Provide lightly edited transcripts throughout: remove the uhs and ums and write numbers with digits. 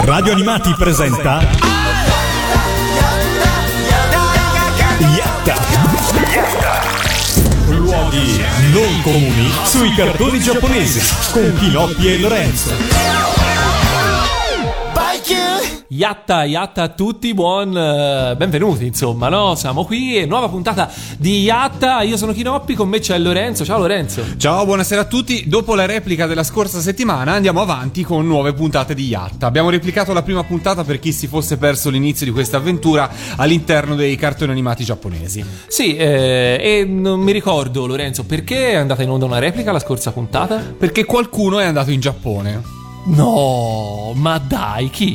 Radio Animati presenta Yatta. Luoghi non comuni sui cartoni giapponesi con Kinoppi e Lorenzo. Yatta a tutti, benvenuti insomma, no? Siamo qui e nuova puntata di Yatta. Io sono Kinoppi, con me c'è Lorenzo. Ciao Lorenzo. Ciao, buonasera a tutti. Dopo la replica della scorsa settimana andiamo avanti con nuove puntate di Yatta. Abbiamo replicato la prima puntata per chi si fosse perso l'inizio di questa avventura all'interno dei cartoni animati giapponesi. Sì, e non mi ricordo, Lorenzo, perché è andata in onda una replica la scorsa puntata? Perché qualcuno è andato in Giappone. No, ma dai, chi?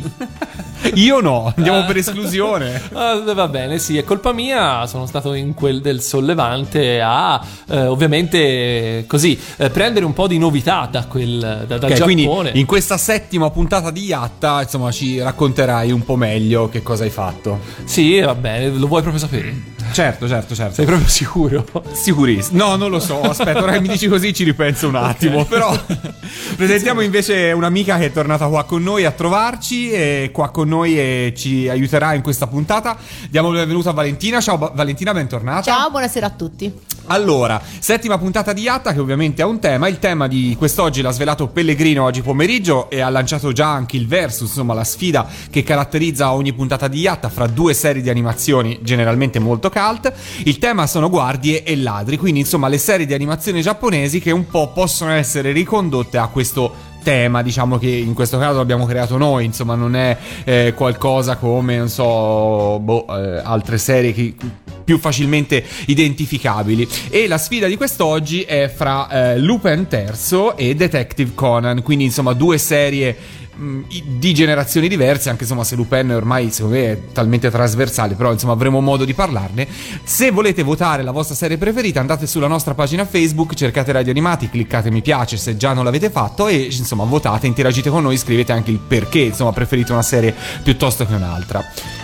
Io no, andiamo per esclusione. Va bene, sì, è colpa mia. Sono stato in quel del Sollevante a ovviamente così prendere un po' di novità dal Giappone. Quindi in questa settima puntata di Yatta, insomma, ci racconterai un po' meglio che cosa hai fatto. Sì, va bene, lo vuoi proprio sapere? Certo. Sei proprio sicuro? Sicurissimo. No, non lo so, aspetta, ora che mi dici così ci ripenso un attimo. Okay. Però presentiamo invece un'amica che è tornata qua con noi a trovarci e qua con noi e ci aiuterà in questa puntata. Diamo il benvenuto a Valentina. Ciao Valentina, bentornata. Ciao, buonasera a tutti. Allora, settima puntata di Yatta che ovviamente ha un tema. Il tema di quest'oggi l'ha svelato Pellegrino oggi pomeriggio e ha lanciato già anche il versus, insomma la sfida che caratterizza ogni puntata di Yatta fra due serie di animazioni generalmente molto cult. Il tema sono guardie e ladri, quindi insomma le serie di animazione giapponesi che un po' possono essere ricondotte a questo tema, diciamo che in questo caso l'abbiamo creato noi, insomma non è qualcosa come, non so, altre serie che più facilmente identificabili. E la sfida di quest'oggi è fra Lupin III e Detective Conan, quindi insomma due serie di generazioni diverse, anche insomma se Lupin ormai secondo me è talmente trasversale, però insomma avremo modo di parlarne. Se volete votare la vostra serie preferita andate sulla nostra pagina Facebook, cercate Radio Animati, cliccate mi piace se già non l'avete fatto e insomma votate, interagite con noi, scrivete anche il perché insomma preferite una serie piuttosto che un'altra.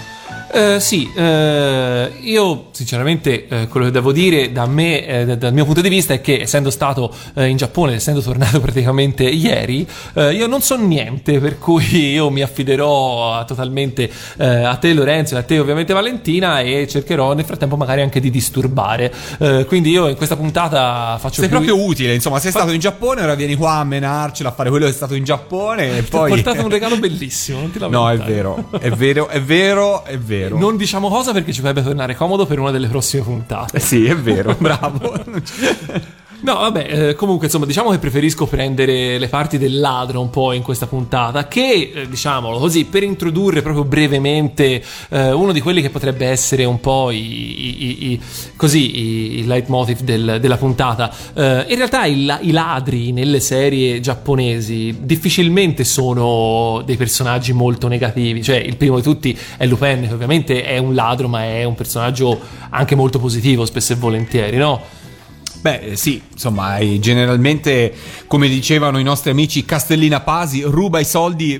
Sì, io sinceramente quello che devo dire da me, dal mio punto di vista è che essendo stato in Giappone, essendo tornato praticamente ieri, io non so niente, per cui io mi affiderò totalmente a te Lorenzo e a te ovviamente Valentina e cercherò nel frattempo magari anche di disturbare, quindi io in questa puntata faccio sei proprio utile, insomma sei stato in Giappone, ora vieni qua a menarcela, a fare quello che è stato in Giappone e poi ti ho portato un regalo bellissimo, non ti lamentare. No, è vero. Non diciamo cosa perché ci potrebbe tornare comodo per una delle prossime puntate. Sì, è vero, bravo. No, vabbè, comunque insomma diciamo che preferisco prendere le parti del ladro un po' in questa puntata che, diciamolo così, per introdurre proprio brevemente uno di quelli che potrebbe essere un po' i leitmotiv della puntata. In realtà i ladri nelle serie giapponesi difficilmente sono dei personaggi molto negativi, cioè il primo di tutti è Lupin, che ovviamente è un ladro ma è un personaggio anche molto positivo spesso e volentieri, no? Beh sì, insomma generalmente come dicevano i nostri amici Castellina Pasi, ruba i soldi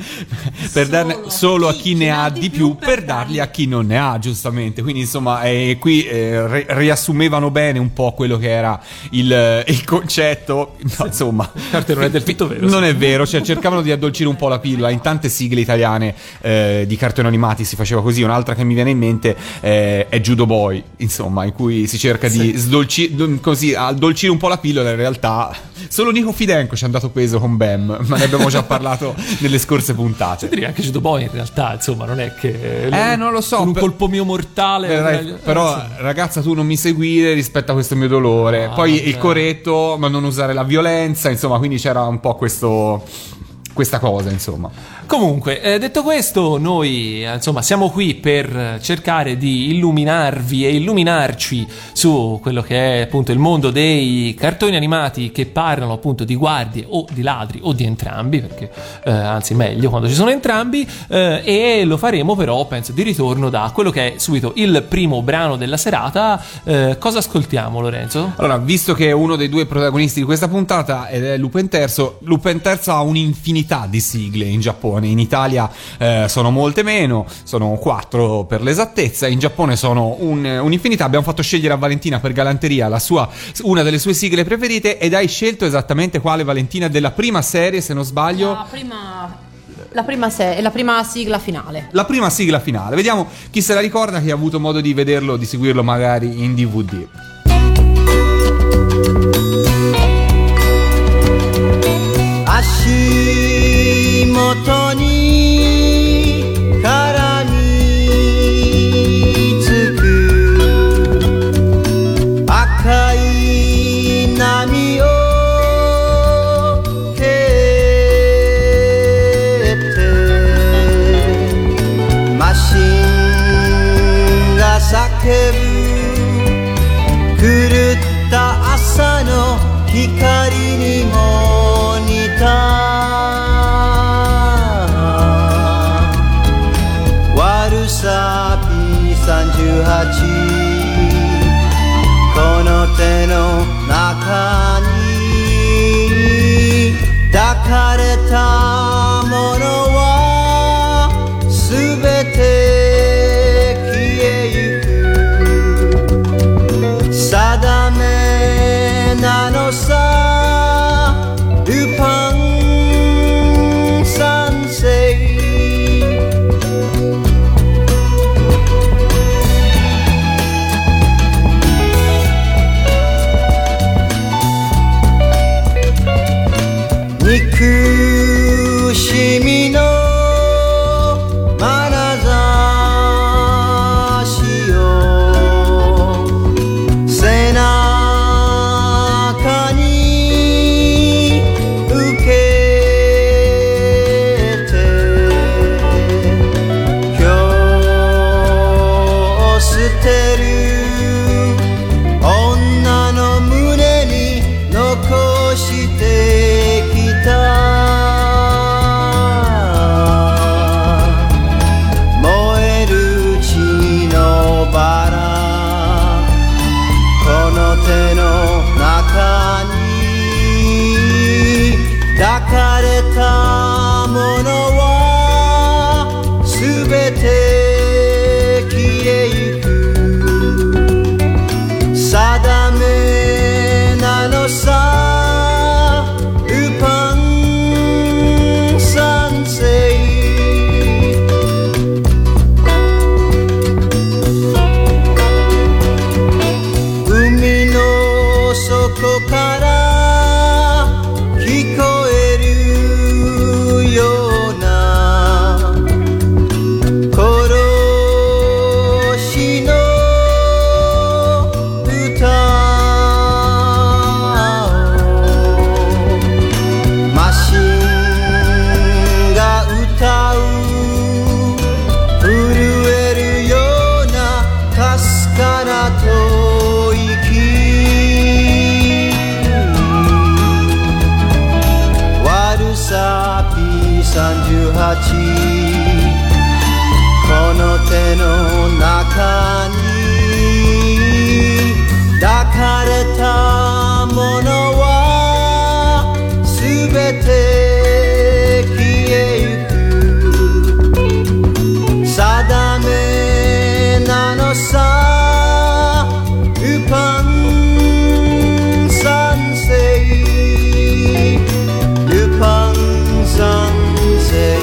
per darne solo a chi ne ha di più per darli a chi non ne ha, giustamente. Quindi insomma qui riassumevano bene un po' quello che era il concetto, no, insomma certo non è del tutto vero, non è vero, cioè cercavano di addolcire un po' la pillola. In tante sigle italiane di cartoni animati si faceva così. Un'altra che mi viene in mente è Judo Boy, insomma, in cui si cerca di addolcire un po' la pillola. In realtà solo Nico Fidenco ci è andato peso con Bam, ma ne abbiamo già parlato nelle scorse puntate. Direi anche Judo Boy in realtà, insomma, non è che non lo so, con un colpo mio mortale però ragazza tu non mi seguire rispetto a questo mio dolore, poi il corretto ma non usare la violenza, insomma, quindi c'era un po' questa cosa, insomma. Comunque, detto questo, noi insomma siamo qui per cercare di illuminarvi e illuminarci su quello che è appunto il mondo dei cartoni animati che parlano appunto di guardie o di ladri o di entrambi, perché anzi meglio quando ci sono entrambi, e lo faremo però penso di ritorno da quello che è subito il primo brano della serata. Cosa ascoltiamo, Lorenzo? Allora, visto che è uno dei due protagonisti di questa puntata ed è Lupin III ha un'infinità di sigle in Giappone. In Italia sono molte meno, sono 4 per l'esattezza, in Giappone sono un'infinità. Abbiamo fatto scegliere a Valentina per galanteria una delle sue sigle preferite ed hai scelto esattamente quale, Valentina? Della prima serie, se non sbaglio? La prima La prima sigla finale. La prima sigla finale. Vediamo chi se la ricorda, chi ha avuto modo di vederlo, di seguirlo magari in DVD. Ashimoto ni karami tsuku akai nami o kete mashin ga sakebu kurutta asa no hikari ni mo nita warusa P38 kono te no naka ni dakareta mono wa subete kie yuku sadame nano sa Lupin Sansei Nikushimi no manazashi o senaka ni ukete kyou suteru onna no mune ni nokoshite kita moeru chi no bara kono te no naka ni dakareta mono wa subete kie yuku sadame nano sa Lupin Sansei Umi no soko kara kikoeru yona koroshi no uta Mashin ga utau urueru yona kasukara toiki warusa P38 kono te no naka ni dakareta mono wa subete kie yuku sadame nano sa Lupin Sansei Lupin Sansei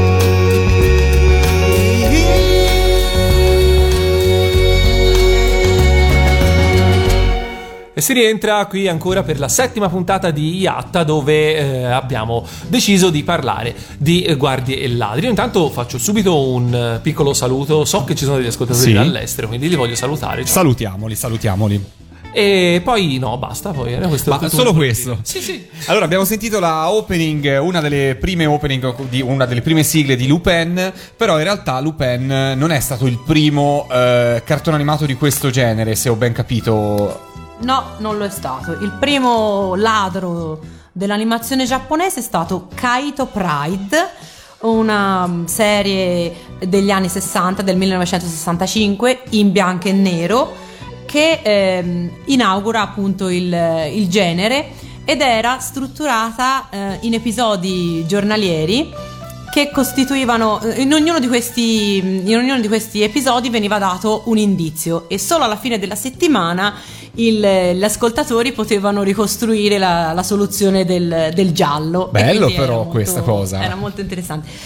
E si rientra qui ancora per la settima puntata di Yatta, dove abbiamo deciso di parlare di guardie e ladri. Io intanto faccio subito un piccolo saluto. So che ci sono degli ascoltatori dall'estero, quindi li voglio salutare. Ciao. Salutiamoli. E poi no, basta. Poi questo Ma solo questo? Sì. Allora, abbiamo sentito la opening, una delle prime sigle di Lupin. Però in realtà Lupin non è stato il primo cartone animato di questo genere, se ho ben capito. No, non lo è stato. Il primo ladro dell'animazione giapponese è stato Kaito Pride, una serie degli anni 60, del 1965, in bianco e nero, che inaugura appunto il genere, ed era strutturata in episodi giornalieri che costituivano, in ognuno di questi episodi veniva dato un indizio, e solo alla fine della settimana gli ascoltatori potevano ricostruire la soluzione del giallo. Bello però questa cosa. Era molto interessante.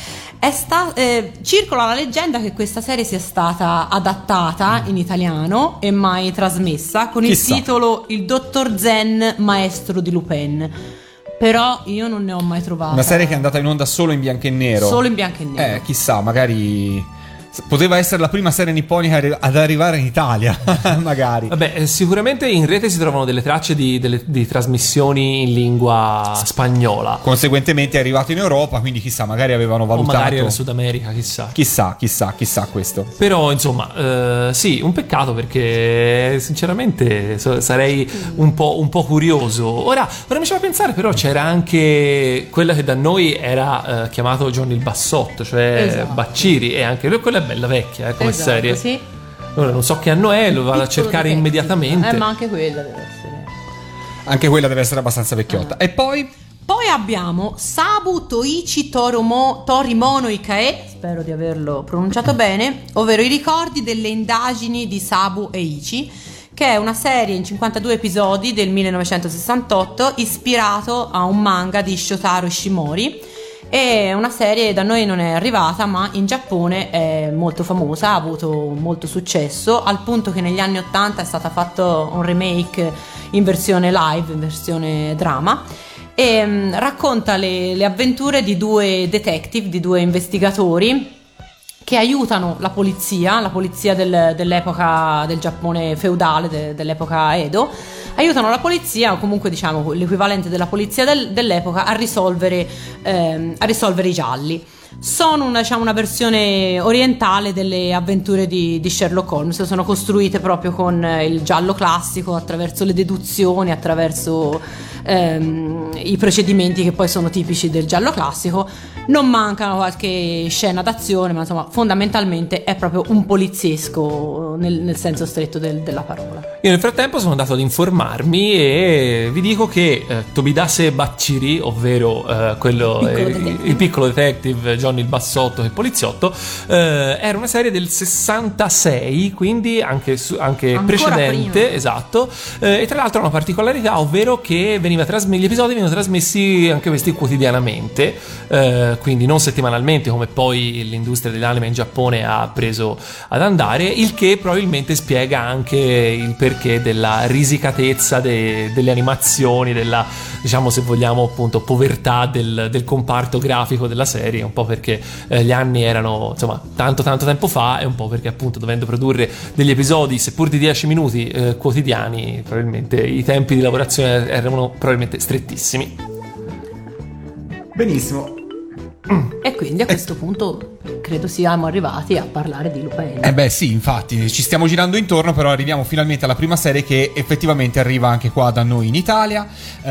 Circola la leggenda che questa serie sia stata adattata in italiano e mai trasmessa con Chissà. il titolo Il Dottor Zen, maestro di Lupin. Però io non ne ho mai trovata. Una serie che è andata in onda solo in bianco e nero. Solo in bianco e nero. Chissà, magari poteva essere la prima serie nipponica ad arrivare in Italia. Magari. Vabbè, sicuramente in rete si trovano delle tracce di trasmissioni in lingua spagnola. Conseguentemente è arrivato in Europa, quindi chissà, magari avevano O valutato. magari era Sud America, chissà. Chissà questo. Però insomma, sì, un peccato perché sinceramente sarei un po' curioso. Ora mi faceva pensare, però c'era anche quella che da noi era chiamato Johnny il Bassotto, cioè Esatto. Bacciri, e anche quella è bella vecchia come Esatto, serie. sì. Ora non so che anno è, lo vado a Piccolo cercare detective. immediatamente. Ma anche quella deve essere. Anche quella deve essere abbastanza vecchiotta. E poi Poi abbiamo Sabu Toichi Torimono Ikae, spero di averlo pronunciato bene, ovvero i ricordi delle indagini di Sabu e Ichi, che è una serie in 52 episodi del 1968 ispirato a un manga di Shotaro Ishimori. È una serie da noi non è arrivata, ma in Giappone è molto famosa, ha avuto molto successo, al punto che negli anni 80 è stato fatto un remake in versione live, in versione drama, e racconta le avventure di due detective, di due investigatori che aiutano la polizia dell'epoca del Giappone feudale, dell'epoca Edo, aiutano la polizia, o comunque diciamo l'equivalente della polizia dell'epoca, a risolvere i gialli. Sono una versione orientale delle avventure di Sherlock Holmes, sono costruite proprio con il giallo classico, attraverso le deduzioni, attraverso i procedimenti che poi sono tipici del giallo classico. Non mancano qualche scena d'azione, ma insomma fondamentalmente è proprio un poliziesco nel senso stretto della parola. Io nel frattempo sono andato ad informarmi e vi dico che Tobidase Bacciri, ovvero il piccolo detective Johnny il Bassotto e il poliziotto, era una serie del 66, quindi anche precedente, prima. Esatto, e tra l'altro ha una particolarità, ovvero che gli episodi venivano trasmessi anche questi quotidianamente, quindi non settimanalmente come poi l'industria dell'anime in Giappone ha preso ad andare, il che probabilmente spiega anche il perché della risicatezza delle animazioni, della, diciamo, se vogliamo appunto, povertà del comparto grafico della serie, un po' perché gli anni erano insomma tanto tempo fa, e un po' perché appunto dovendo produrre degli episodi seppur di 10 minuti quotidiani, probabilmente i tempi di lavorazione erano probabilmente strettissimi. benissimo. E quindi a questo punto credo siamo arrivati a parlare di Lupin. Beh sì, infatti ci stiamo girando intorno, però arriviamo finalmente alla prima serie che effettivamente arriva anche qua da noi in Italia.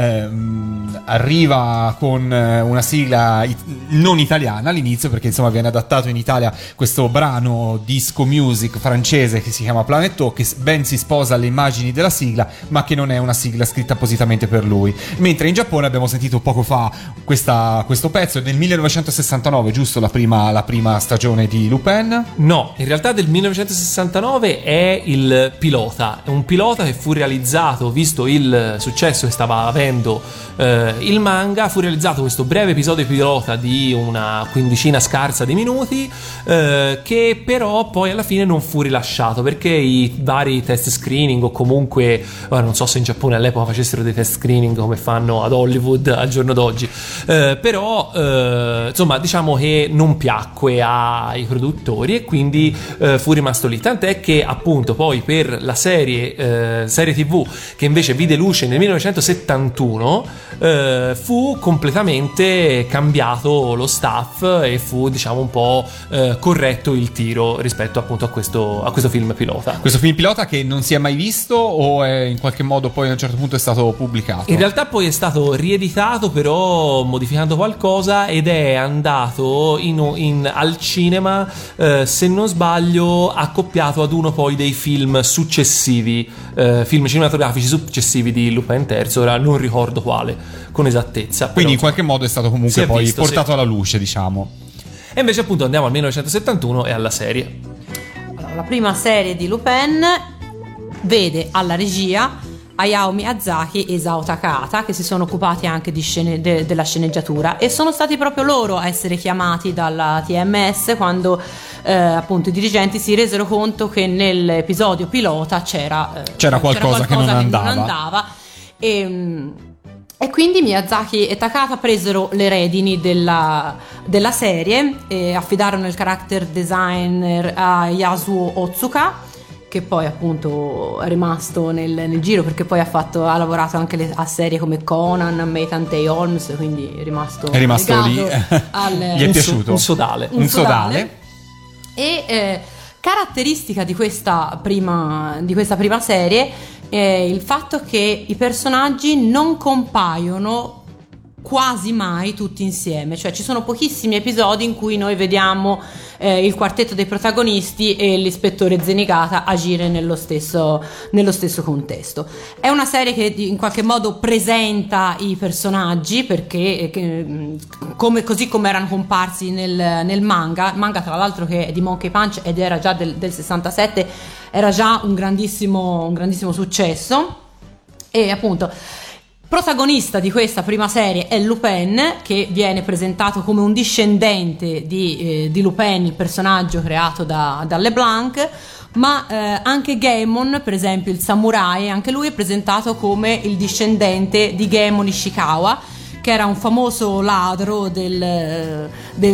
Arriva con una sigla non italiana all'inizio, perché insomma viene adattato in Italia questo brano disco music francese che si chiama Planet Talk, che ben si sposa alle immagini della sigla, ma che non è una sigla scritta appositamente per lui. Mentre in Giappone abbiamo sentito poco fa questo pezzo, è del 1969, giusto? La prima stagione di Lupin? No, in realtà del 1969 è il pilota. È un pilota che fu realizzato, visto il successo che stava avendo il manga, fu realizzato questo breve episodio pilota di una quindicina scarsa di minuti, che però poi alla fine non fu rilasciato perché i vari test screening, o comunque non so se in Giappone all'epoca facessero dei test screening come fanno ad Hollywood al giorno d'oggi, però insomma diciamo che non piacque ai produttori e quindi fu rimasto lì, tant'è che appunto poi per la serie TV che invece vide luce nel 1971 fu completamente cambiato lo staff e fu diciamo un po' corretto il tiro rispetto appunto a questo film pilota. Questo film pilota che non si è mai visto, o è in qualche modo poi a un certo punto è stato pubblicato? In realtà poi è stato rieditato, però modificando qualcosa, ed è andato al cinema, se non sbaglio accoppiato ad uno poi dei film successivi, film cinematografici successivi di Lupin III, ora non ricordo quale con esattezza, Quindi però, in qualche modo è stato si comunque è poi visto, portato sì. alla luce, diciamo. E invece appunto andiamo al 1971 e alla serie. Allora, la prima serie di Lupin vede alla regia Hayao Miyazaki e Isao Takahata, che si sono occupati anche della sceneggiatura, e sono stati proprio loro a essere chiamati dalla TMS quando appunto i dirigenti si resero conto che nell'episodio pilota c'era qualcosa che non andava. E quindi Miyazaki e Takahata presero le redini della serie e affidarono il character designer a Yasuo Otsuka, che poi appunto è rimasto nel giro, perché poi ha lavorato anche a serie come Conan, Maytantei Holmes, quindi è rimasto lì. Gli è piaciuto un sodale. E caratteristica di questa prima serie è il fatto che i personaggi non compaiono quasi mai tutti insieme, cioè ci sono pochissimi episodi in cui noi vediamo il quartetto dei protagonisti e l'ispettore Zenigata agire nello stesso contesto. È una serie che in qualche modo presenta i personaggi, perché così come erano comparsi nel manga tra l'altro, che è di Monkey Punch ed era già del 67, era già un grandissimo successo. E appunto protagonista di questa prima serie è Lupin, che viene presentato come un discendente di Lupin, il personaggio creato da LeBlanc, ma anche Gaemon, per esempio il samurai, anche lui è presentato come il discendente di Gaemon Ishikawa, che era un famoso ladro del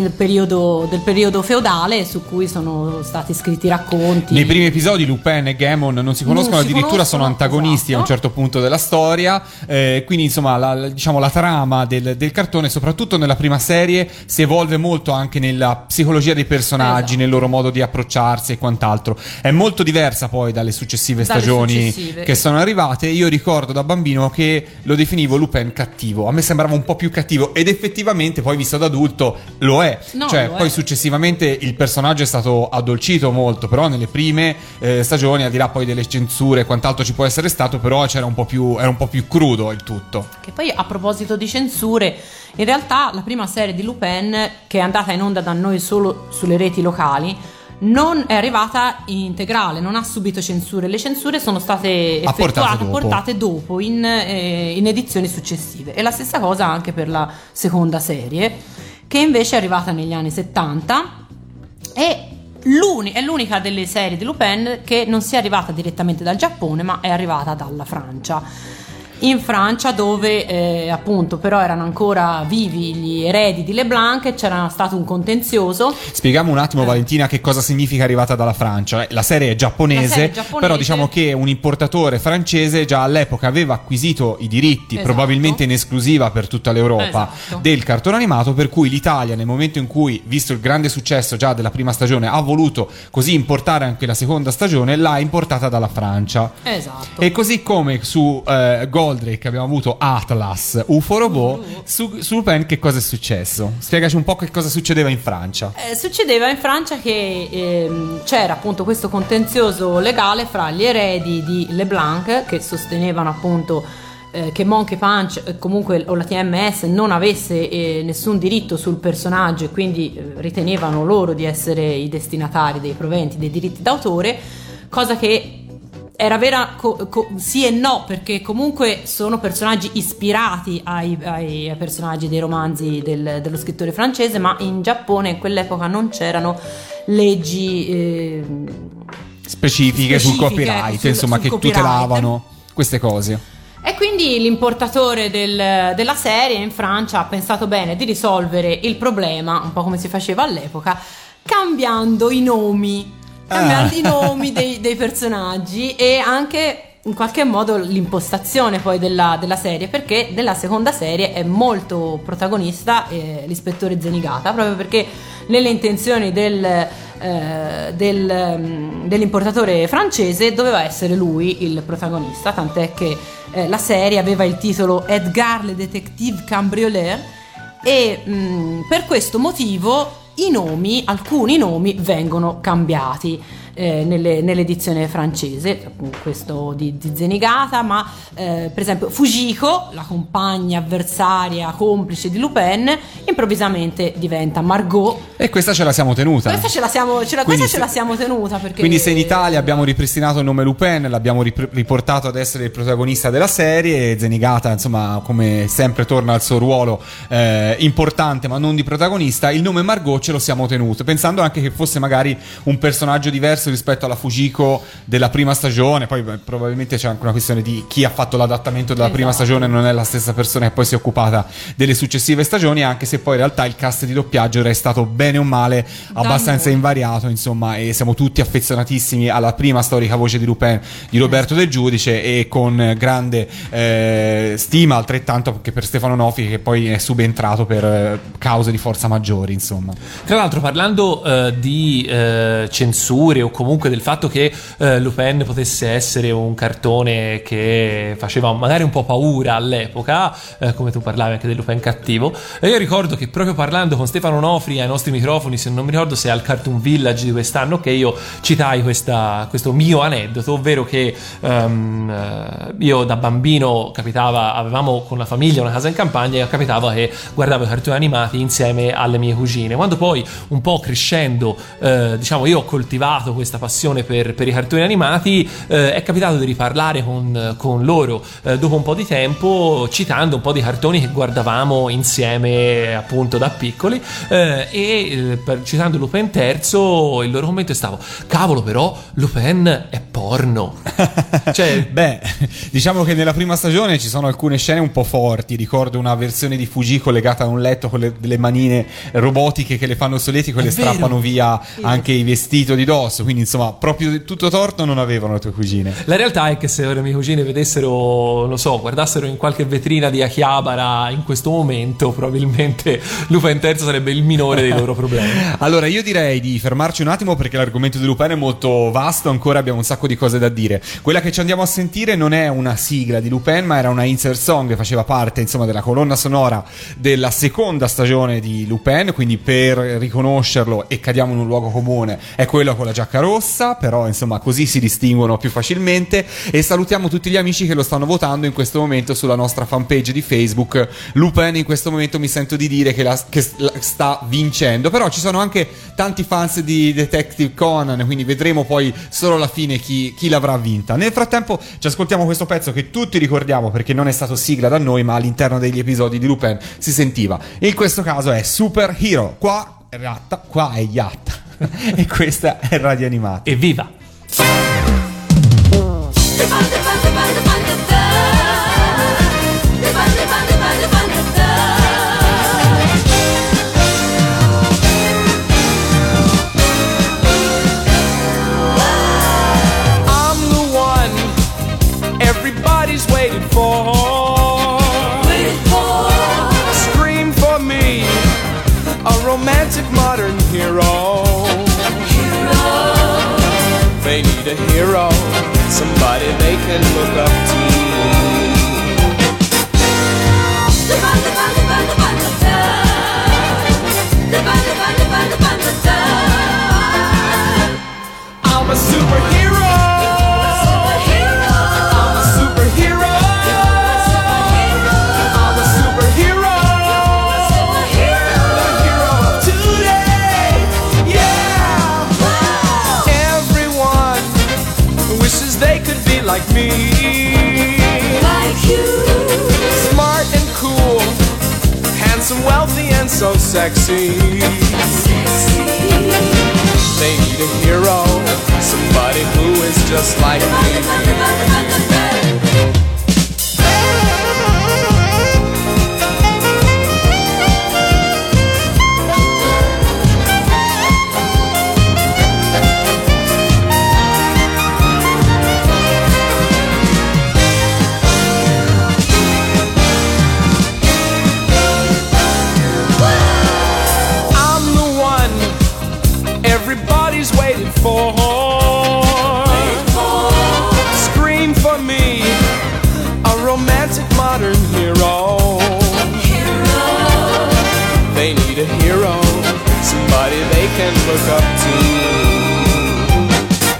periodo feudale, su cui sono stati scritti racconti. Nei primi episodi Lupin e Gaemon non si conoscono, addirittura sono antagonisti, esatto, a un certo punto della storia, quindi insomma la trama del cartone, soprattutto nella prima serie, si evolve molto anche nella psicologia dei personaggi, esatto, nel loro modo di approcciarsi e quant'altro. È molto diversa poi dalle successive stagioni che sono arrivate. Io ricordo da bambino che lo definivo Lupin cattivo, a me sembrava un po' più cattivo, ed effettivamente poi visto da adulto lo è. Poi successivamente il personaggio è stato addolcito molto, però nelle prime stagioni, al di là poi delle censure e quant'altro ci può essere stato, però era un po' più crudo il tutto. Che poi, a proposito di censure, in realtà la prima serie di Lupin, che è andata in onda da noi solo sulle reti locali, non è arrivata in integrale, non ha subito censure. Le censure sono state portate dopo in edizioni successive, e la stessa cosa anche per la seconda serie, che invece è arrivata negli anni 70, e è l'unica delle serie di Lupin che non sia arrivata direttamente dal Giappone, ma è arrivata dalla Francia. In Francia, dove appunto però erano ancora vivi gli eredi di LeBlanc, e c'era stato un contenzioso. Spieghiamo un attimo, Valentina, che cosa significa arrivata dalla Francia. La serie è giapponese, però diciamo che un importatore francese già all'epoca aveva acquisito i diritti, esatto, probabilmente in esclusiva per tutta l'Europa, esatto, del cartone animato, per cui l'Italia, nel momento in cui, visto il grande successo già della prima stagione, ha voluto così importare anche la seconda stagione, l'ha importata dalla Francia. Esatto. E così come su Goldrake abbiamo avuto Atlas, UFO Robot, su Lupin che cosa è successo? Spiegaci un po' che cosa succedeva in Francia. Succedeva in Francia che c'era appunto questo contenzioso legale fra gli eredi di LeBlanc, che sostenevano appunto che Monkey Punch comunque o la TMS non avesse nessun diritto sul personaggio, e quindi ritenevano loro di essere i destinatari dei proventi dei diritti d'autore, cosa che era vera sì e no, perché comunque sono personaggi ispirati ai personaggi dei romanzi dello scrittore francese, ma in Giappone in quell'epoca non c'erano leggi specifiche sul copyright, insomma, che tutelavano queste cose. E quindi l'importatore della serie in Francia ha pensato bene di risolvere il problema, un po' come si faceva all'epoca, cambiando i nomi dei personaggi, e anche in qualche modo l'impostazione poi della serie, perché nella seconda serie è molto protagonista l'ispettore Zenigata, proprio perché nelle intenzioni dell'importatore francese doveva essere lui il protagonista, tant'è che la serie aveva il titolo Edgar le détective cambrioleur, e per questo motivo alcuni nomi vengono cambiati. nell'edizione francese, questo di Zenigata, ma per esempio Fujiko, la compagna avversaria complice di Lupin, improvvisamente diventa Margot, E questa ce la siamo tenuta. questa ce la siamo tenuta, perché Quindi se in Italia abbiamo ripristinato il nome Lupin, l'abbiamo riportato ad essere il protagonista della serie, Zenigata insomma come sempre torna al suo ruolo importante ma non di protagonista, il nome Margot ce lo siamo tenuto, pensando anche che fosse magari un personaggio diverso rispetto alla Fujiko della prima stagione. Poi probabilmente c'è anche una questione di chi ha fatto l'adattamento della prima stagione, non è la stessa persona che poi si è occupata delle successive stagioni, anche se poi in realtà il cast di doppiaggio è stato bene o male abbastanza invariato, insomma, e siamo tutti affezionatissimi alla prima storica voce di Lupin di Roberto Del Giudice, e con grande stima altrettanto anche per Stefano Nofi, che poi è subentrato per cause di forza maggiori, insomma. Tra l'altro, parlando di censure o comunque del fatto che Lupin potesse essere un cartone che faceva magari un po' paura all'epoca, come tu parlavi anche del Lupin cattivo, io ricordo che proprio parlando con Stefano Nofri ai nostri microfoni, se non mi ricordo se al Cartoon Village di quest'anno, che io citai questo mio aneddoto, ovvero che io da bambino avevamo con la famiglia una casa in campagna, e capitava che guardavo i cartoni animati insieme alle mie cugine. Quando poi un po' crescendo diciamo io ho coltivato questa passione per i cartoni animati, è capitato di riparlare con loro dopo un po' di tempo, citando un po' di cartoni che guardavamo insieme appunto da piccoli, citando Lupin terzo, il loro commento è stato: cavolo, però Lupin è porno. Cioè, beh, diciamo che nella prima stagione ci sono alcune scene un po' forti. Ricordo una versione di Fujiko legata a un letto con delle manine robotiche che le fanno solletico e le strappano via anche i vestiti di dosso, quindi insomma proprio tutto torto non avevano le tue cugine. La realtà è che se le mie cugine vedessero, non so, guardassero in qualche vetrina di Akihabara in questo momento, probabilmente Lupin terzo sarebbe il minore dei loro problemi. Allora io direi di fermarci un attimo, perché l'argomento di Lupin è molto vasto, ancora abbiamo un sacco di cose da dire. Quella che ci andiamo a sentire non è una sigla di Lupin, ma era una insert song che faceva parte insomma della colonna sonora della seconda stagione di Lupin, quindi per riconoscerlo, e cadiamo in un luogo comune, è quello con la giacca rossa, però insomma così si distinguono più facilmente. E salutiamo tutti gli amici che lo stanno votando in questo momento sulla nostra fanpage di Facebook. Lupin in questo momento mi sento di dire che sta vincendo, però ci sono anche tanti fans di Detective Conan, quindi vedremo poi solo alla fine chi l'avrà vinta. Nel frattempo ci ascoltiamo questo pezzo che tutti ricordiamo perché non è stato sigla da noi, ma all'interno degli episodi di Lupin si sentiva. In questo caso è Super Hero, qua è Yatta e questa è Radio Animati. Evviva! Everybody's waiting for. Scream for me, a romantic modern hero. They need a hero, somebody they can look up to. I'm a superhero. Like me, like you, smart and cool, handsome, wealthy, and so sexy. They need a hero, somebody who is just like me. For. Scream for me, a romantic modern hero. They need a hero, somebody they can look up to.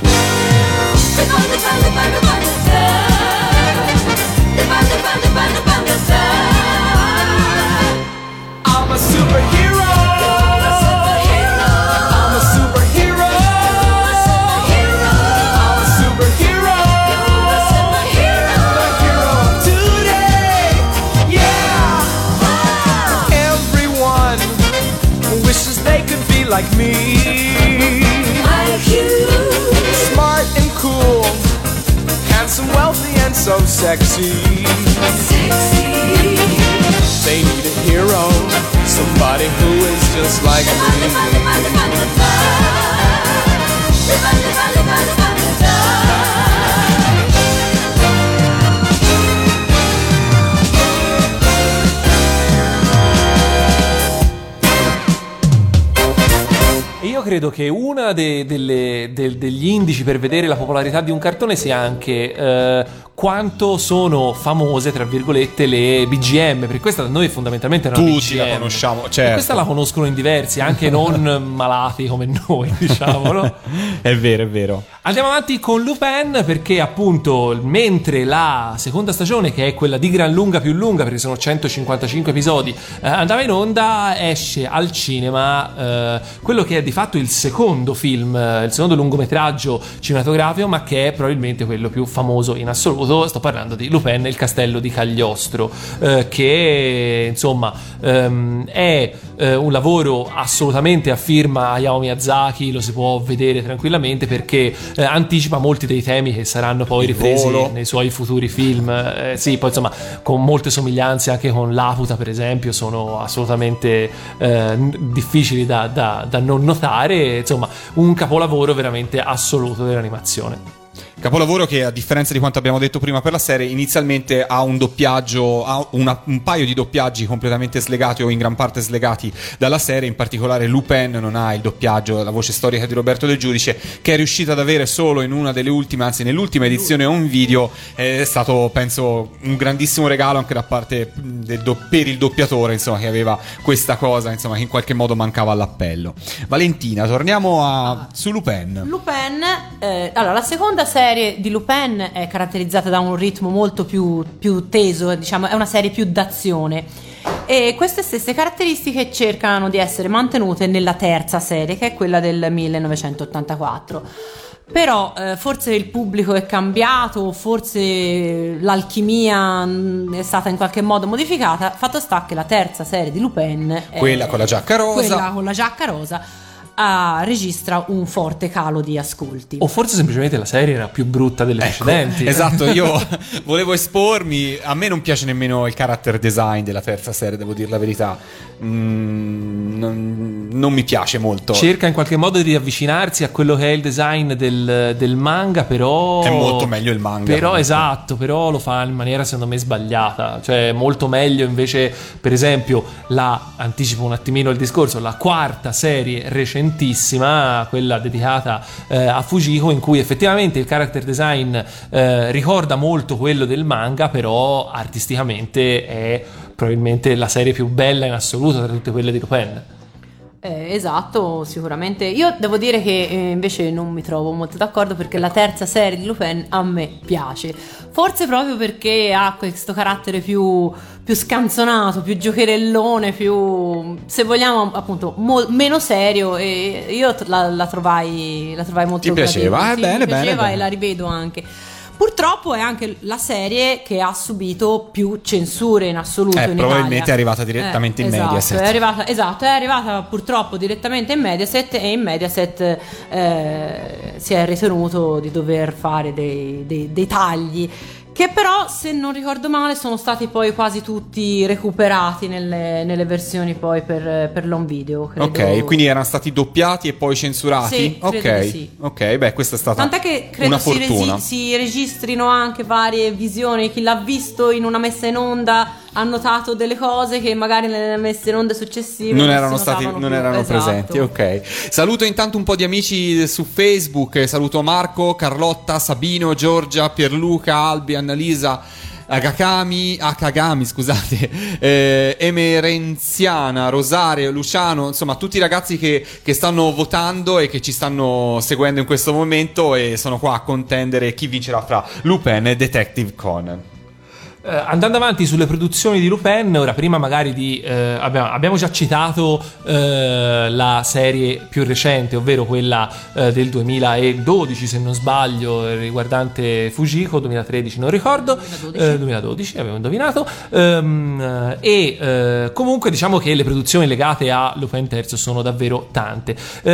sexy. They need a hero, somebody who is just like Io credo che una degli indici per vedere la popolarità di un cartone sia anche quanto sono famose, tra virgolette, le BGM, perché questa da noi fondamentalmente è una Tutti BGM. la conosciamo, certo. E questa la conoscono in diversi, anche non malati come noi, diciamo, no? È vero, è vero. Andiamo avanti con Lupin, perché appunto mentre la seconda stagione, che è quella di gran lunga più lunga, perché sono 155 episodi, andava in onda, esce al cinema quello che è di fatto il secondo film, il secondo lungometraggio cinematografico, ma che è probabilmente quello più famoso in assoluto. Sto parlando di Lupin e il castello di Cagliostro, che insomma è un lavoro assolutamente a firma Hayao Miyazaki, lo si può vedere tranquillamente perché anticipa molti dei temi che saranno poi ripresi nei suoi futuri film. Sì, poi insomma con molte somiglianze anche con Laputa, per esempio, sono assolutamente difficili da non notare. Insomma, un capolavoro veramente assoluto dell'animazione. Capolavoro che, a differenza di quanto abbiamo detto prima per la serie, inizialmente ha un doppiaggio, ha un paio di doppiaggi completamente slegati o in gran parte slegati dalla serie. In particolare Lupin non ha il doppiaggio, la voce storica di Roberto Del Giudice, che è riuscito ad avere solo in una delle ultime, anzi nell'ultima edizione on video. È stato, penso, un grandissimo regalo anche da parte per il doppiatore, insomma, che aveva questa cosa, insomma, che in qualche modo mancava all'appello. Valentina, torniamo su Lupin. Allora, la seconda serie di Lupin è caratterizzata da un ritmo molto più teso, diciamo, è una serie più d'azione, e queste stesse caratteristiche cercano di essere mantenute nella terza serie, che è quella del 1984. Però forse il pubblico è cambiato, forse l'alchimia è stata in qualche modo modificata. Fatto sta che la terza serie di Lupin, quella con la giacca rosa, registra un forte calo di ascolti. O forse semplicemente la serie era più brutta delle precedenti. Esatto, io volevo espormi. A me non piace nemmeno il character design della terza serie, devo dire la verità. Non mi piace molto. Cerca in qualche modo di avvicinarsi a quello che è il design del manga, però è molto meglio il manga. Però esatto, però lo fa in maniera secondo me sbagliata. Cioè molto meglio invece, per esempio, anticipo un attimino il discorso, la quarta serie recentissima, quella dedicata a Fujiko, in cui effettivamente il character design ricorda molto quello del manga, però artisticamente è probabilmente la serie più bella in assoluto tra tutte quelle di Lupin. Esatto, sicuramente. Io devo dire che invece non mi trovo molto d'accordo, perché la terza serie di Lupin a me piace, forse proprio perché ha questo carattere più scanzonato, più giocherellone, più, se vogliamo, appunto meno serio, e io la trovai molto Ti piaceva? Sì, mi piaceva, bene. E la rivedo anche. Purtroppo è anche la serie che ha subito più censure in assoluto in probabilmente Italia. È arrivata direttamente in Mediaset. È arrivata purtroppo direttamente in Mediaset, e in Mediaset si è ritenuto di dover fare dei tagli, che però, se non ricordo male, sono stati poi quasi tutti recuperati nelle versioni poi per l'home video, credo. Ok, quindi erano stati doppiati e poi censurati? Sì, credo di sì. Ok, beh, questa è stata Tant'è che credo una fortuna. si registrino anche varie visioni. Chi l'ha visto in una messa in onda ha notato delle cose che magari nelle messe in onda successive non erano esatto. presenti. Ok, saluto intanto un po' di amici su Facebook. Saluto Marco, Carlotta, Sabino, Giorgia, Pierluca, Albi, Annalisa, Akagami, scusate, Emerenziana, Rosario, Luciano, insomma tutti i ragazzi che stanno votando e che ci stanno seguendo in questo momento, e sono qua a contendere chi vincerà fra Lupin e Detective Conan. andando avanti sulle produzioni di Lupin, ora prima magari abbiamo già citato la serie più recente, ovvero quella del 2012 se non sbaglio, riguardante Fujiko, 2013 non ricordo, 2012 avevo indovinato, e comunque diciamo che le produzioni legate a Lupin III sono davvero tante,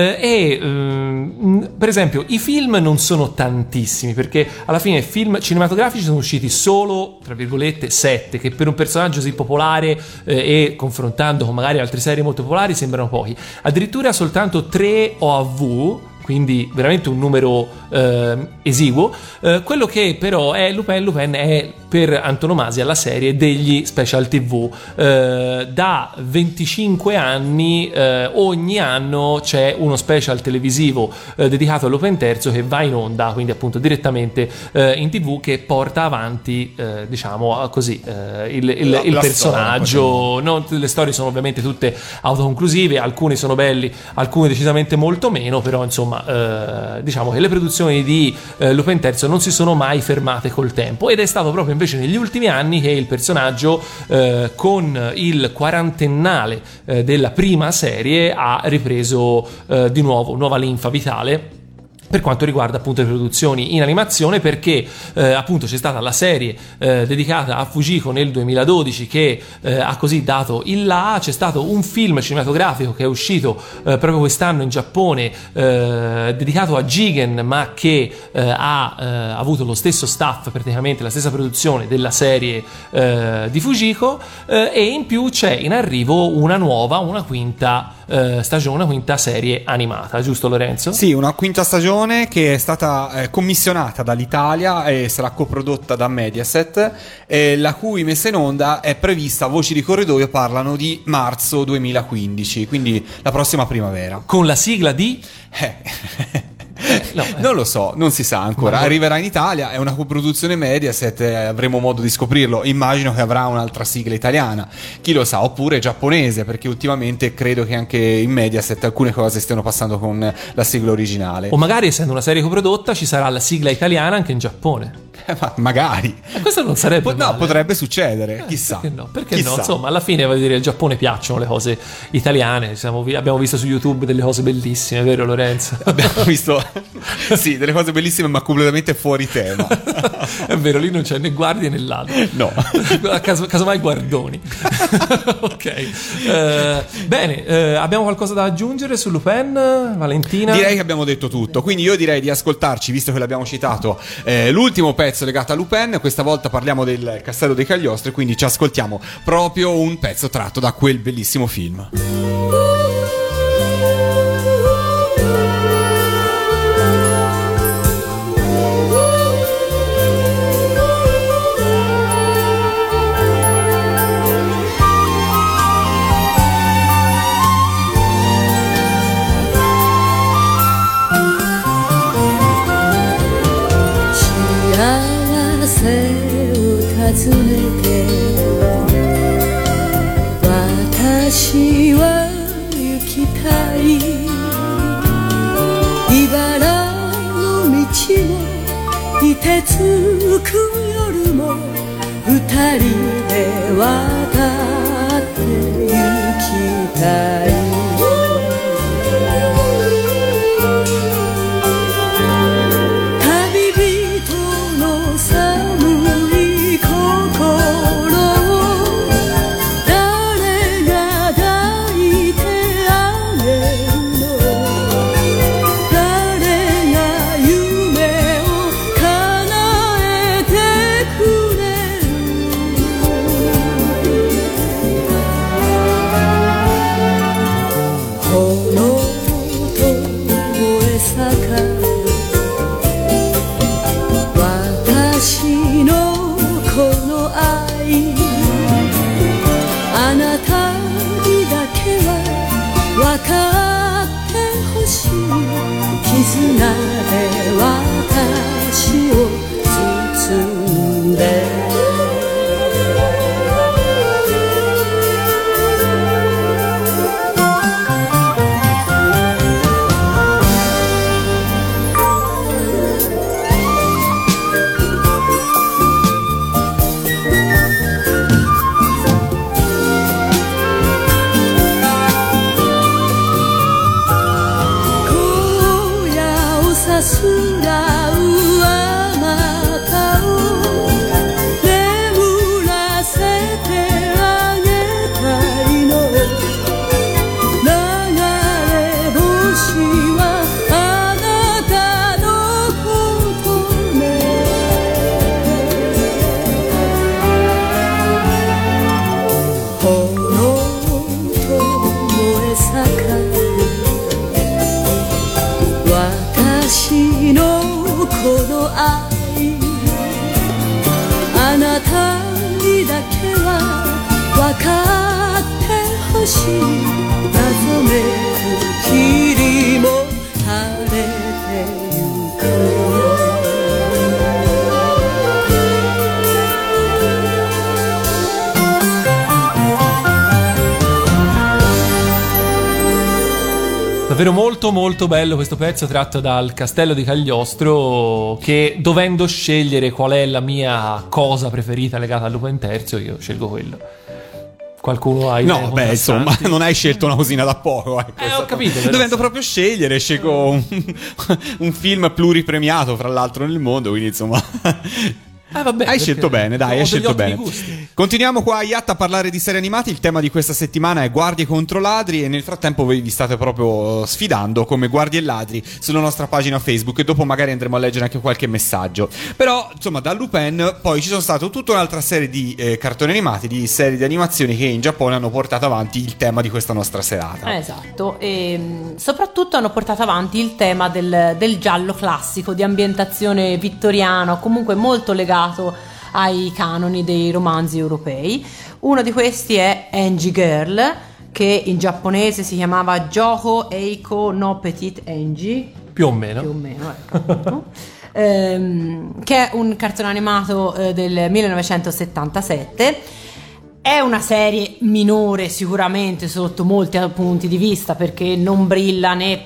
per esempio i film non sono tantissimi, perché alla fine film cinematografici sono usciti solo, tra virgolette, 7, che per un personaggio così popolare e confrontando con magari altre serie molto popolari sembrano pochi. Addirittura soltanto 3 OAV, quindi veramente un numero esiguo. Quello che però è Lupin è per antonomasia la serie degli special TV. Da 25 anni ogni anno c'è uno special televisivo dedicato a Lupin III che va in onda, quindi appunto direttamente in TV, che porta avanti diciamo così il personaggio. Le storie sono ovviamente tutte autoconclusive, alcune sono belli, alcune decisamente molto meno, però insomma diciamo che le produzioni di Lupin III non si sono mai fermate col tempo, ed è stato proprio invece negli ultimi anni che il personaggio con il quarantennale della prima serie ha ripreso di nuovo nuova linfa vitale per quanto riguarda appunto le produzioni in animazione, perché appunto c'è stata la serie dedicata a Fujiko nel 2012 che ha così dato il là. C'è stato un film cinematografico che è uscito proprio quest'anno in Giappone dedicato a Jigen, ma che ha avuto lo stesso staff, praticamente la stessa produzione della serie di Fujiko, e in più c'è in arrivo una quinta stagione, una quinta serie animata, giusto Lorenzo? Sì, una quinta stagione che è stata commissionata dall'Italia e sarà coprodotta da Mediaset, la cui messa in onda è prevista, voci di corridoio parlano di marzo 2015, quindi la prossima primavera. Con la sigla di... Non lo so, non si sa ancora. Arriverà in Italia, è una coproduzione Mediaset, avremo modo di scoprirlo. Immagino che avrà un'altra sigla italiana, chi lo sa, oppure giapponese, perché ultimamente credo che anche in Mediaset alcune cose stiano passando con la sigla originale. O magari, essendo una serie coprodotta, ci sarà la sigla italiana anche in Giappone. Magari. Questo non sarebbe male. No, potrebbe succedere, chissà. Perché no? Insomma, alla fine, voglio dire, al Giappone piacciono le cose italiane. Abbiamo visto su YouTube delle cose bellissime, vero Lorenzo? Abbiamo visto sì, delle cose bellissime, ma completamente fuori tema. È vero, lì non c'è né guardie né ladri. No. Casomai guardoni. Ok. Bene, abbiamo qualcosa da aggiungere su Lupin, Valentina? Direi che abbiamo detto tutto, quindi io direi di ascoltarci, visto che l'abbiamo citato, l'ultimo pezzo legato a Lupin. Questa volta parliamo del Castello dei Cagliostri, quindi ci ascoltiamo proprio un pezzo tratto da quel bellissimo film. たすらうあなたを眠らせてあげたいの流れ星はあなたのことね炎と燃え盛る私のこの愛あなたにだけは分かってほしい謎めく霧も晴れてゆく Davvero molto molto bello questo pezzo tratto dal Castello di Cagliostro, che dovendo scegliere qual è la mia cosa preferita legata al Lupin III, io scelgo quello. Qualcuno ha idee No, beh, insomma, non hai scelto una cosina da poco. Ho capito. Però. Dovendo proprio scegliere, scelgo un film pluripremiato, fra l'altro, nel mondo, quindi insomma... Vabbè, hai scelto bene, dai, hai scelto bene. Gusti. Continuiamo qua a Yatta a parlare di serie animate. Il tema di questa settimana è guardie contro ladri e nel frattempo voi vi state proprio sfidando come guardie e ladri sulla nostra pagina Facebook e dopo magari andremo a leggere anche qualche messaggio. Però, insomma, da Lupin poi ci sono state tutta un'altra serie di cartoni animati, di serie di animazioni che in Giappone hanno portato avanti il tema di questa nostra serata. Esatto, e soprattutto hanno portato avanti il tema del giallo classico di ambientazione vittoriana, comunque molto legato ai canoni dei romanzi europei. Uno di questi è Angie Girl, che in giapponese si chiamava Jouhou Eiko no Petite Angie. Più o meno, ecco. Che è un cartone animato del 1977. È una serie minore sicuramente sotto molti punti di vista, perché non brilla né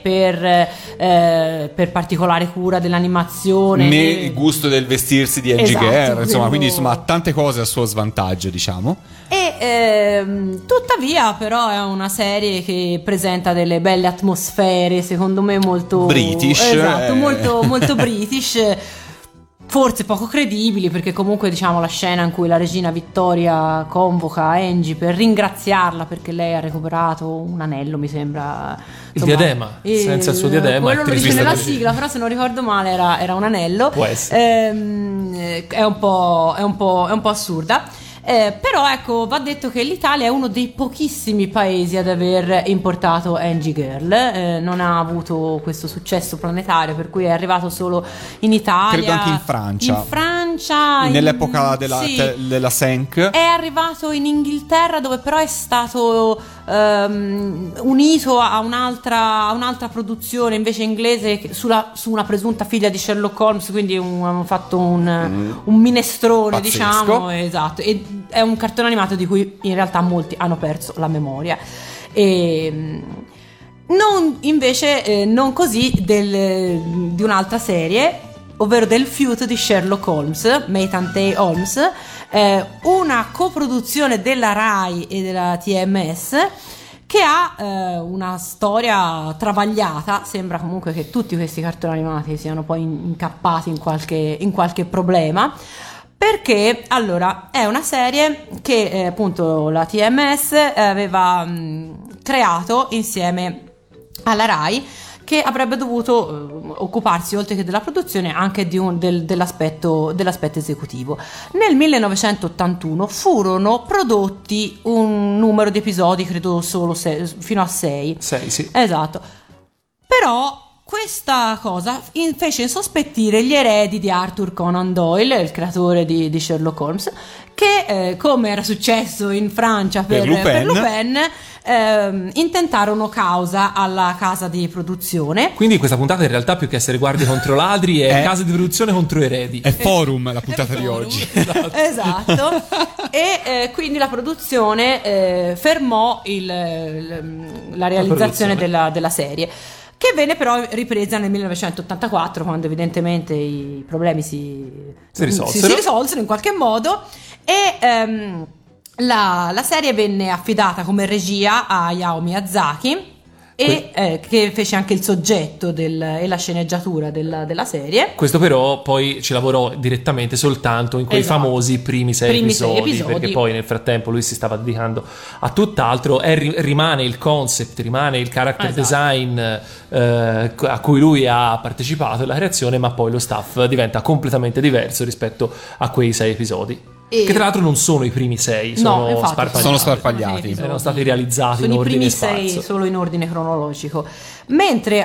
per particolare cura dell'animazione né il gusto del vestirsi di Angie Girl, insomma, quindi insomma ha tante cose a suo svantaggio, diciamo. E tuttavia però è una serie che presenta delle belle atmosfere, secondo me molto British, esatto, molto, molto British. Forse poco credibili, perché comunque diciamo la scena in cui la regina Vittoria convoca Angie per ringraziarla perché lei ha recuperato un anello, mi sembra, il diadema, senza il suo diadema quello lo dice nella sigla, però se non ricordo male era un anello. Può essere. È un po' assurda. Però ecco, va detto che l'Italia è uno dei pochissimi paesi ad aver importato Angie Girl, non ha avuto questo successo planetario, per cui è arrivato solo in Italia, credo anche in Francia, nell'epoca della Senk. È arrivato in Inghilterra, dove però è stato unito a un'altra produzione invece inglese su una presunta figlia di Sherlock Holmes, quindi hanno fatto un minestrone, pazzesco, diciamo, esatto. E è un cartone animato di cui in realtà molti hanno perso la memoria. E non così di un'altra serie, ovvero del feud di Sherlock Holmes, Maytante Holmes, una coproduzione della Rai e della TMS, che ha una storia travagliata. Sembra comunque che tutti questi cartoni animati siano poi incappati in qualche problema, perché allora è una serie che appunto la TMS aveva creato insieme alla Rai, che avrebbe dovuto occuparsi, oltre che della produzione, anche dell'aspetto esecutivo. Nel 1981 furono prodotti un numero di episodi, credo solo fino a 6. 6, sì. Esatto. Però questa cosa fece insospettire gli eredi di Arthur Conan Doyle, il creatore di Sherlock Holmes, che come era successo in Francia per Lupin, intentarono causa alla casa di produzione. Quindi questa puntata in realtà, più che essere guardie contro ladri, è casa di produzione contro eredi. È forum la puntata di oggi. Esatto. E quindi la produzione fermò la realizzazione della serie, che venne però ripresa nel 1984, quando evidentemente i problemi si risolsero in qualche modo, e la serie venne affidata come regia a Hayao Miyazaki, e che fece anche il soggetto e la sceneggiatura della serie. Questo però poi ci lavorò direttamente soltanto in quei Esatto. famosi primi sei episodi, perché poi nel frattempo lui si stava dedicando a tutt'altro. Rimane il concept, rimane il character Esatto. design a cui lui ha partecipato alla creazione, ma poi lo staff diventa completamente diverso rispetto a quei 6 episodi. Che tra l'altro non sono i primi 6, sono infatti, sparpagliati. Sono sparpagliati. Erano stati realizzati sono in ordine i primi 6 sparso. solo in ordine cronologico, mentre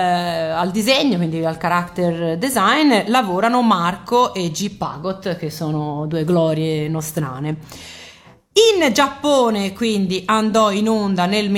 al disegno, quindi al character design, lavorano Marco e G. Pagot, che sono 2 glorie nostrane. In Giappone quindi andò in onda nel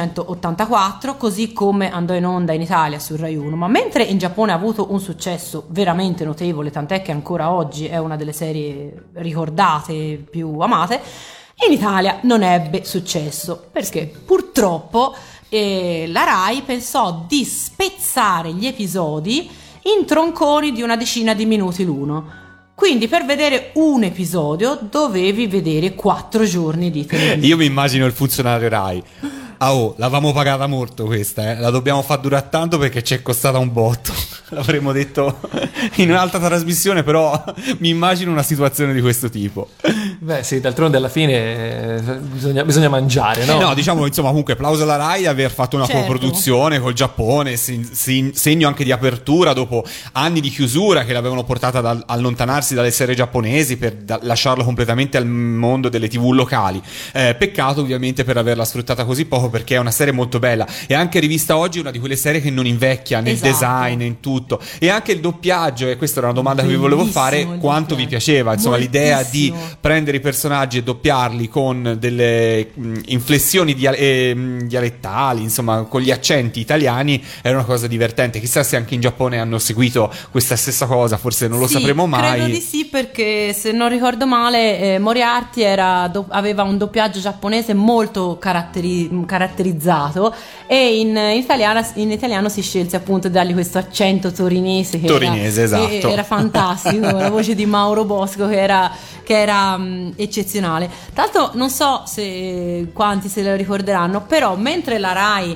1984, così come andò in onda in Italia su Rai 1, ma mentre in Giappone ha avuto un successo veramente notevole, tant'è che ancora oggi è una delle serie ricordate, più amate, in Italia non ebbe successo, perché purtroppo la Rai pensò di spezzare gli episodi in tronconi di una decina di minuti l'uno. Quindi per vedere un episodio dovevi vedere 4 giorni di televisione. Io mi immagino il funzionario Rai. L'avevamo pagata molto questa, la dobbiamo far durare tanto perché ci è costata un botto. L'avremmo detto in un'altra trasmissione, però mi immagino una situazione di questo tipo. Beh sì, d'altronde alla fine bisogna mangiare, no? No, diciamo, insomma, comunque applauso alla Rai di aver fatto una Certo. coproduzione col Giappone, segno anche di apertura dopo anni di chiusura che l'avevano portata ad allontanarsi dalle serie giapponesi per lasciarlo completamente al mondo delle TV locali. Peccato ovviamente per averla sfruttata così poco, perché è una serie molto bella e anche rivista oggi è una di quelle serie che non invecchia nel Esatto. design, in tutto, e anche il doppiaggio, e questa era una domanda che vi volevo fare, Bellissimo il quanto vi doppiaggio. piaceva, insomma, l'idea di Moltissimo. prendere i personaggi e doppiarli con delle inflessioni dialettali, insomma con gli accenti italiani, era una cosa divertente. Chissà se anche in Giappone hanno seguito questa stessa cosa, forse non lo Sì, sapremo mai. Credo di sì, perché se non ricordo male Moriarty aveva un doppiaggio giapponese molto caratterizzato, e in italiano si scelse appunto di dargli questo accento torinese che Esatto. era fantastico, la voce di Mauro Bosco che era eccezionale. Tra l'altro non so se quanti se lo ricorderanno, però mentre la Rai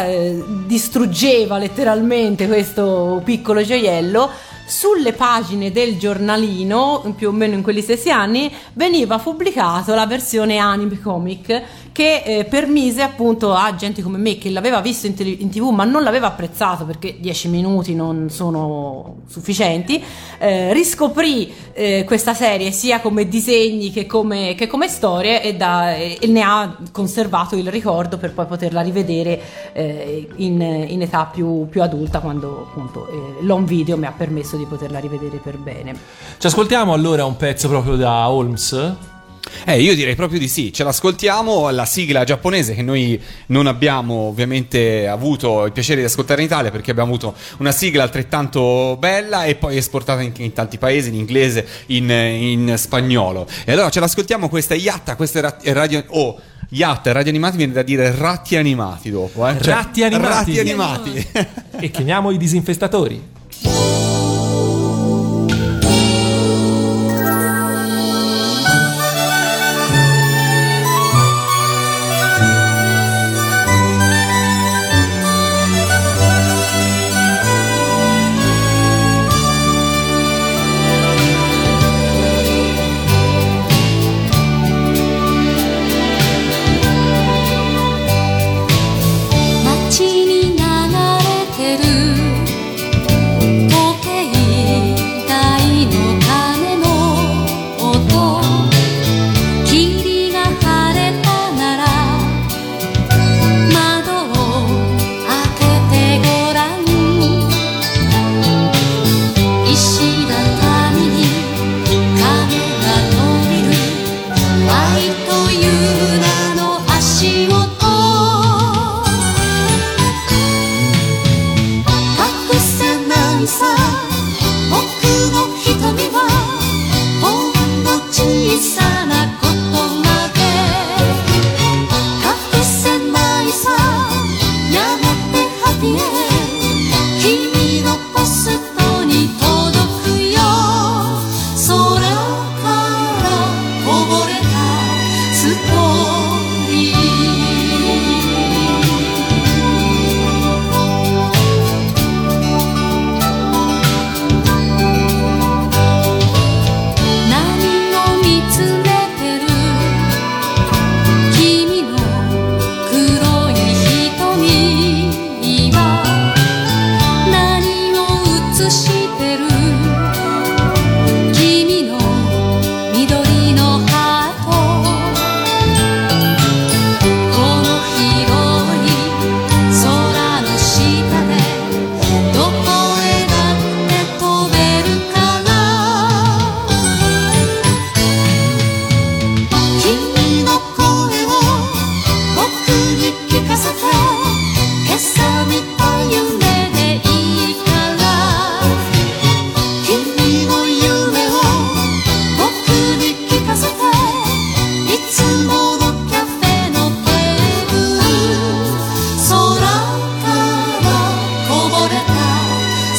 distruggeva letteralmente questo piccolo gioiello, sulle pagine del giornalino, più o meno in quegli stessi anni, veniva pubblicato la versione anime comic che permise appunto a gente come me, che l'aveva visto in TV ma non l'aveva apprezzato perché 10 minuti non sono sufficienti, riscoprì questa serie sia come disegni che come storie, e ne ha conservato il ricordo per poi poterla rivedere in età più adulta, quando appunto l'home video mi ha permesso di poterla rivedere per bene. Ci ascoltiamo allora un pezzo proprio da Holmes? Io direi proprio di sì, ce l'ascoltiamo, la sigla giapponese che noi non abbiamo ovviamente avuto il piacere di ascoltare in Italia, perché abbiamo avuto una sigla altrettanto bella e poi esportata in tanti paesi, in inglese, in spagnolo. E allora ce l'ascoltiamo, questa è Yatta, questa è Radio... Yatta, Radio Animati, viene da dire ratti animati dopo, Cioè, Ratti animati. Ratti animati. E chiamiamo i disinfestatori. 街に流れてる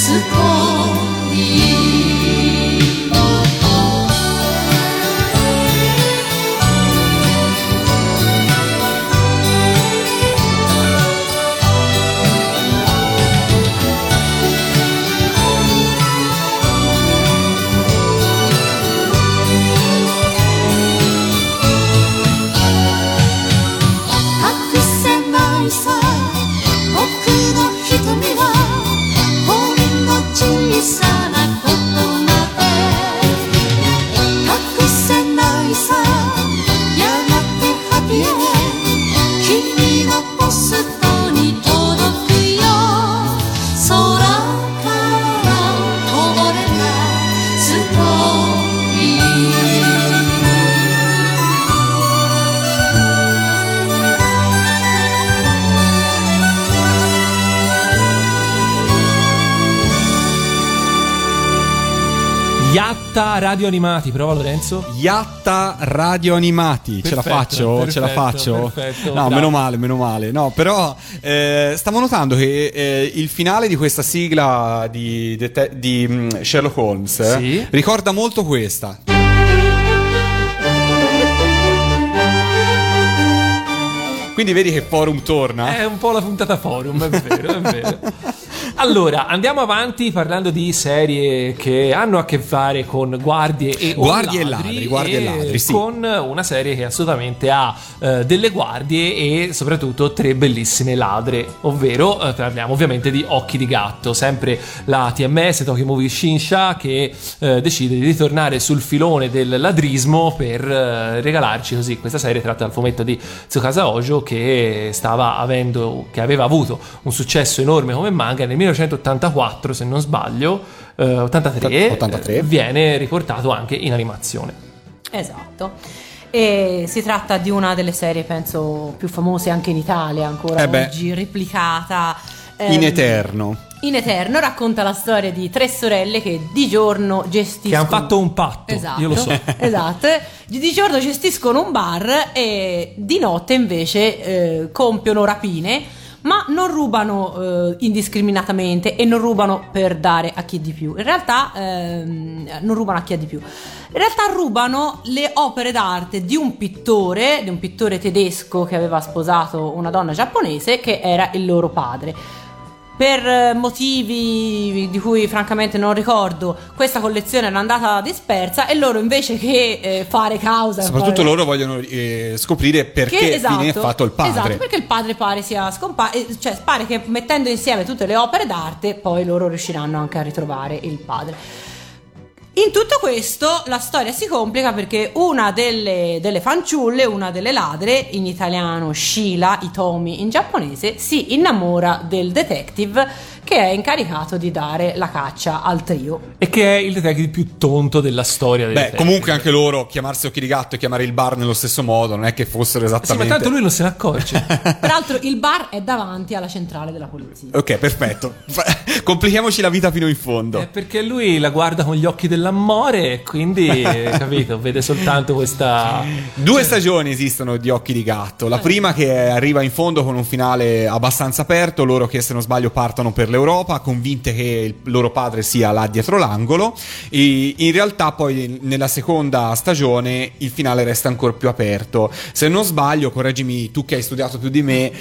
ストーリー Yatta radio animati, prova Lorenzo. Yatta radio animati. Perfetto, ce la faccio? perfetto, Ce la faccio? perfetto, no, bravo. meno male. No, però stavo notando che il finale di questa sigla di Sherlock Holmes Sì. ricorda molto questa. Quindi vedi che Forum torna? È un po' la puntata forum, è vero, è vero. Allora, andiamo avanti parlando di serie che hanno a che fare con guardie e ladri, sì. Con una serie che assolutamente ha delle guardie e soprattutto 3 bellissime ladre, ovvero parliamo ovviamente di Occhi di Gatto, sempre la TMS Tokyo Movie Shinsha che decide di ritornare sul filone del ladrismo per regalarci così questa serie tratta dal fumetto di Tsukasa Ojo che aveva avuto un successo enorme come manga nel 1984 se non sbaglio 83 viene riportato anche in animazione. Esatto. E si tratta di una delle serie penso più famose anche in Italia ancora oggi, replicata in eterno. In eterno racconta la storia di 3 sorelle che di giorno gestiscono, che hanno fatto un patto, esatto, io lo so. Esatto, di giorno gestiscono un bar e di notte invece compiono rapine, ma non rubano indiscriminatamente e non rubano per dare a chi di più. In realtà non rubano a chi ha di più. In realtà rubano le opere d'arte di un pittore tedesco che aveva sposato una donna giapponese che era il loro padre. Per motivi di cui francamente non ricordo, questa collezione era andata dispersa e loro invece che fare causa, soprattutto loro vogliono scoprire perché fine ha fatto il padre. Esatto, perché il padre pare sia scomparso, cioè pare che mettendo insieme tutte le opere d'arte poi loro riusciranno anche a ritrovare il padre. In tutto questo la storia si complica perché una delle fanciulle, una delle ladre, in italiano Sheila, Hitomi in giapponese, si innamora del detective che è incaricato di dare la caccia al trio. E che è il detective più tonto della storia del detective. Comunque anche loro chiamarsi Occhi di Gatto e chiamare il bar nello stesso modo non è che fossero esattamente. Sì, ma tanto lui non se ne accorge. Peraltro il bar è davanti alla centrale della polizia. Ok, perfetto. Complichiamoci la vita fino in fondo. Perché lui la guarda con gli occhi dell'amore e quindi, capito, vede soltanto questa... 2 stagioni esistono di Occhi di Gatto. La prima che arriva in fondo con un finale abbastanza aperto, loro che se non sbaglio partono per l'Europa, convinte che il loro padre sia là dietro l'angolo, e in realtà poi nella seconda stagione il finale resta ancora più aperto. Se non sbaglio, correggimi tu che hai studiato più di me,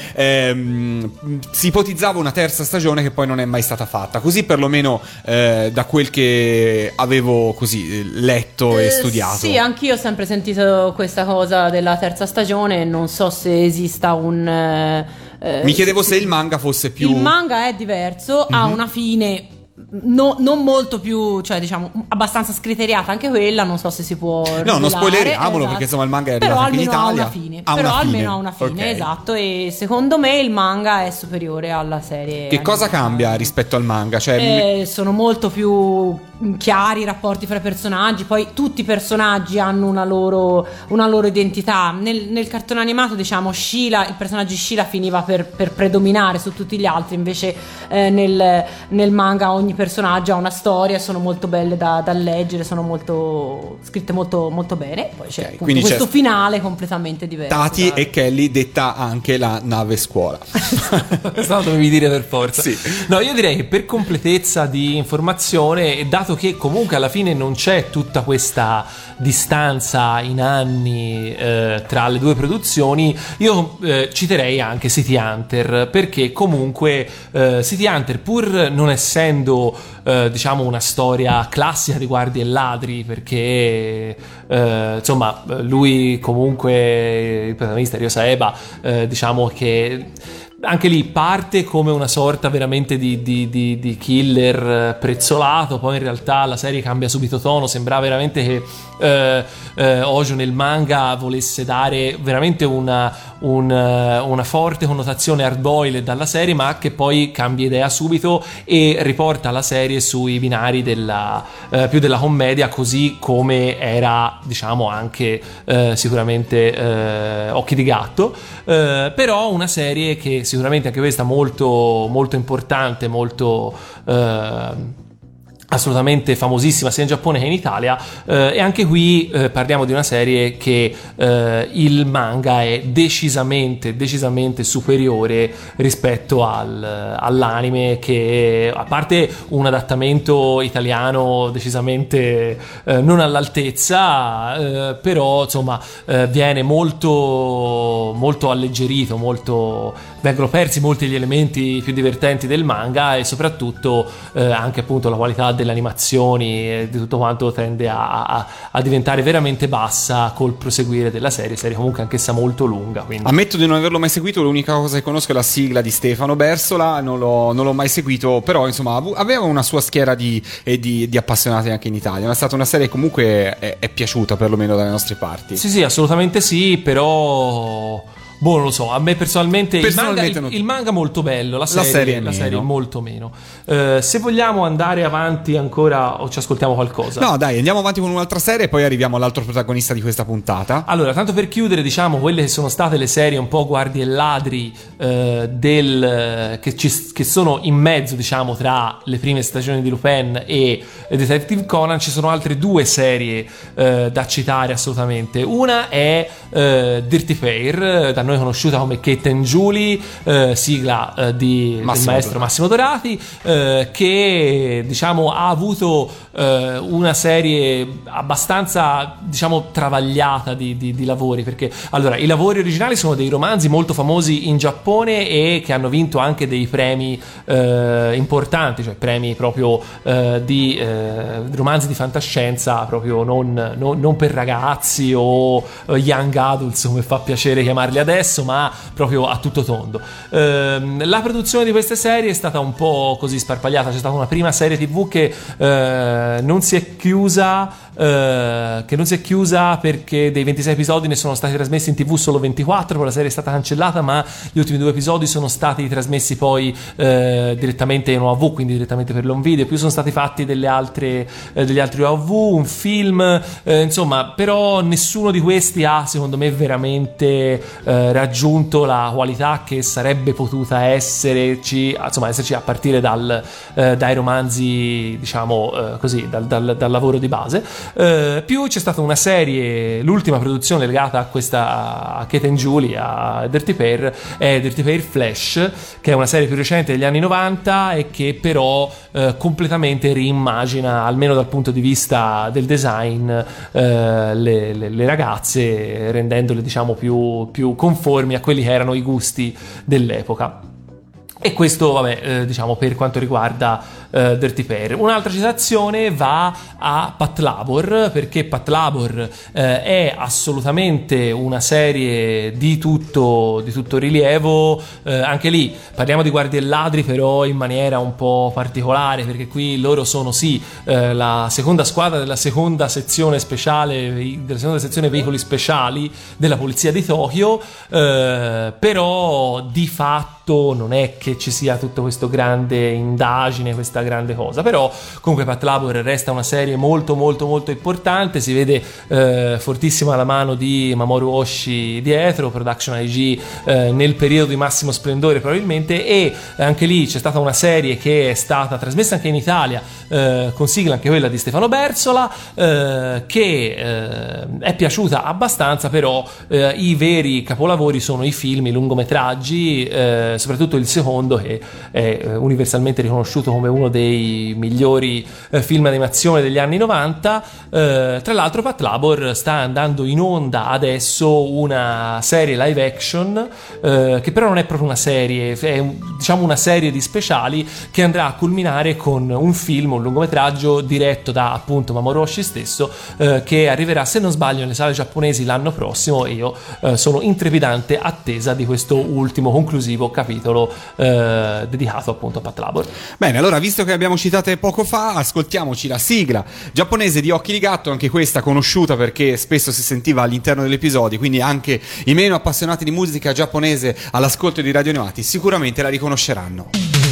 si ipotizzava una terza stagione che poi non è mai stata fatta, così perlomeno da quel che avevo così letto e studiato. Sì, anch'io ho sempre sentito questa cosa della terza stagione, non so se esista un... mi chiedevo se il manga fosse più... Il manga è diverso, ha una fine non molto più, cioè diciamo abbastanza scriteriata anche quella, non so se si può no, non spoileriamolo, perché insomma il manga è arrivato anche in Italia, almeno ha una fine, okay. Esatto, e secondo me il manga è superiore alla serie. Che cosa cambia rispetto al manga? Cioè sono molto più chiari i rapporti fra i personaggi, poi tutti i personaggi hanno una loro identità. Nel cartone animato, diciamo, il personaggio Sheila finiva per predominare su tutti gli altri, invece nel manga ognuno ogni personaggio ha una storia, sono molto belle da leggere, sono molto scritte molto, molto bene. Poi c'è appunto quindi questo c'è finale completamente diverso. Tati e Kelly, detta anche la nave scuola. Questo lo dovevi dire per forza. Sì. No, io direi che per completezza di informazione, e dato che comunque alla fine non c'è tutta questa distanza in anni tra le due produzioni, io citerei anche City Hunter, perché comunque City Hunter, pur non essendo diciamo una storia classica di guardie e ladri, perché insomma lui comunque, il protagonista Ryo Saeba, diciamo che anche lì parte come una sorta veramente di killer prezzolato, poi in realtà la serie cambia subito tono, sembrava veramente che Hojo nel manga volesse dare veramente una forte connotazione hardboiled dalla serie, ma che poi cambia idea subito e riporta la serie sui binari più della commedia, così come era, diciamo, anche sicuramente Occhi di Gatto, però una serie che sicuramente anche questa molto, molto importante, molto assolutamente famosissima sia in Giappone che in Italia, e anche qui parliamo di una serie che il manga è decisamente superiore rispetto all'anime, che a parte un adattamento italiano decisamente non all'altezza, però insomma viene molto alleggerito, vengono persi molti degli elementi più divertenti del manga, e soprattutto anche appunto la qualità delle animazioni e di tutto quanto tende a diventare veramente bassa col proseguire della serie comunque anch'essa molto lunga, quindi. Ammetto di non averlo mai seguito, l'unica cosa che conosco è la sigla di Stefano Bersola, non l'ho mai seguito, però insomma aveva una sua schiera di appassionati anche in Italia, è stata una serie che comunque è piaciuta perlomeno dalle nostre parti. Sì, assolutamente sì, però non lo so, a me personalmente il manga molto bello, la serie molto meno. Se vogliamo andare avanti ancora o ci ascoltiamo qualcosa? No, dai, andiamo avanti con un'altra serie e poi arriviamo all'altro protagonista di questa puntata. Allora, tanto per chiudere, diciamo quelle che sono state le serie un po' guardie e ladri che sono in mezzo, diciamo, tra le prime stagioni di Lupin e Detective Conan. Ci sono altre due serie da citare assolutamente. Una è Dirty Pair, da noi conosciuta come Kate and Julie, sigla del maestro Massimo Dorati, che diciamo ha avuto una serie abbastanza, diciamo, travagliata di lavori, perché allora i lavori originali sono dei romanzi molto famosi in Giappone e che hanno vinto anche dei premi importanti, cioè premi proprio di romanzi di fantascienza, proprio non per ragazzi o young adults come fa piacere chiamarli adesso, ma proprio a tutto tondo. La produzione di queste serie è stata un po' così sparpagliata. C'è stata una prima serie TV che non si è chiusa perché dei 26 episodi ne sono stati trasmessi in TV solo 24, poi la serie è stata cancellata, ma gli ultimi 2 episodi sono stati trasmessi poi direttamente in OAV, quindi direttamente per l'home video, più sono stati fatti degli altri OAV, un film, insomma, però nessuno di questi ha, secondo me, veramente raggiunto la qualità che sarebbe potuta esserci a partire dai romanzi, diciamo così, dal lavoro di base. Più c'è stata una serie, l'ultima produzione legata a Kate and Julie, a Dirty Pair, è Dirty Pair Flash, che è una serie più recente degli anni 90 e che però completamente reimmagina, almeno dal punto di vista del design, le ragazze, rendendole, diciamo, più conformi a quelli che erano i gusti dell'epoca. E questo, vabbè, diciamo, per quanto riguarda Dirty Pair. Un'altra citazione va a Pat Labor, perché Pat Labor è assolutamente una serie di tutto rilievo. Anche lì parliamo di guardie e ladri, però in maniera un po' particolare, perché qui loro sono la seconda squadra della seconda sezione speciale, della seconda sezione veicoli speciali della polizia di Tokyo, però di fatto non è che ci sia tutto questo grande indagine, questa questa grande cosa. Però comunque Pat Labor resta una serie molto molto molto importante, si vede fortissima la mano di Mamoru Oshii dietro, Production IG nel periodo di massimo splendore probabilmente, e anche lì c'è stata una serie che è stata trasmessa anche in Italia con sigla anche quella di Stefano Berzola, che è piaciuta abbastanza, però i veri capolavori sono i film, i lungometraggi, soprattutto il secondo, che è universalmente riconosciuto come uno dei migliori film d'animazione degli anni 90. Tra l'altro Pat Labor sta andando in onda adesso una serie live action, che però non è proprio una serie, è diciamo una serie di speciali che andrà a culminare con un film, un lungometraggio diretto da appunto Mamoru Oshii stesso, che arriverà, se non sbaglio, nelle sale giapponesi l'anno prossimo, e io sono in trepidante attesa di questo ultimo conclusivo capitolo dedicato appunto a Pat Labor. Bene, allora, visto che abbiamo citate poco fa, ascoltiamoci la sigla giapponese di Occhi di Gatto, anche questa conosciuta perché spesso si sentiva all'interno degli episodi, quindi anche i meno appassionati di musica giapponese all'ascolto di Radio Animati sicuramente la riconosceranno.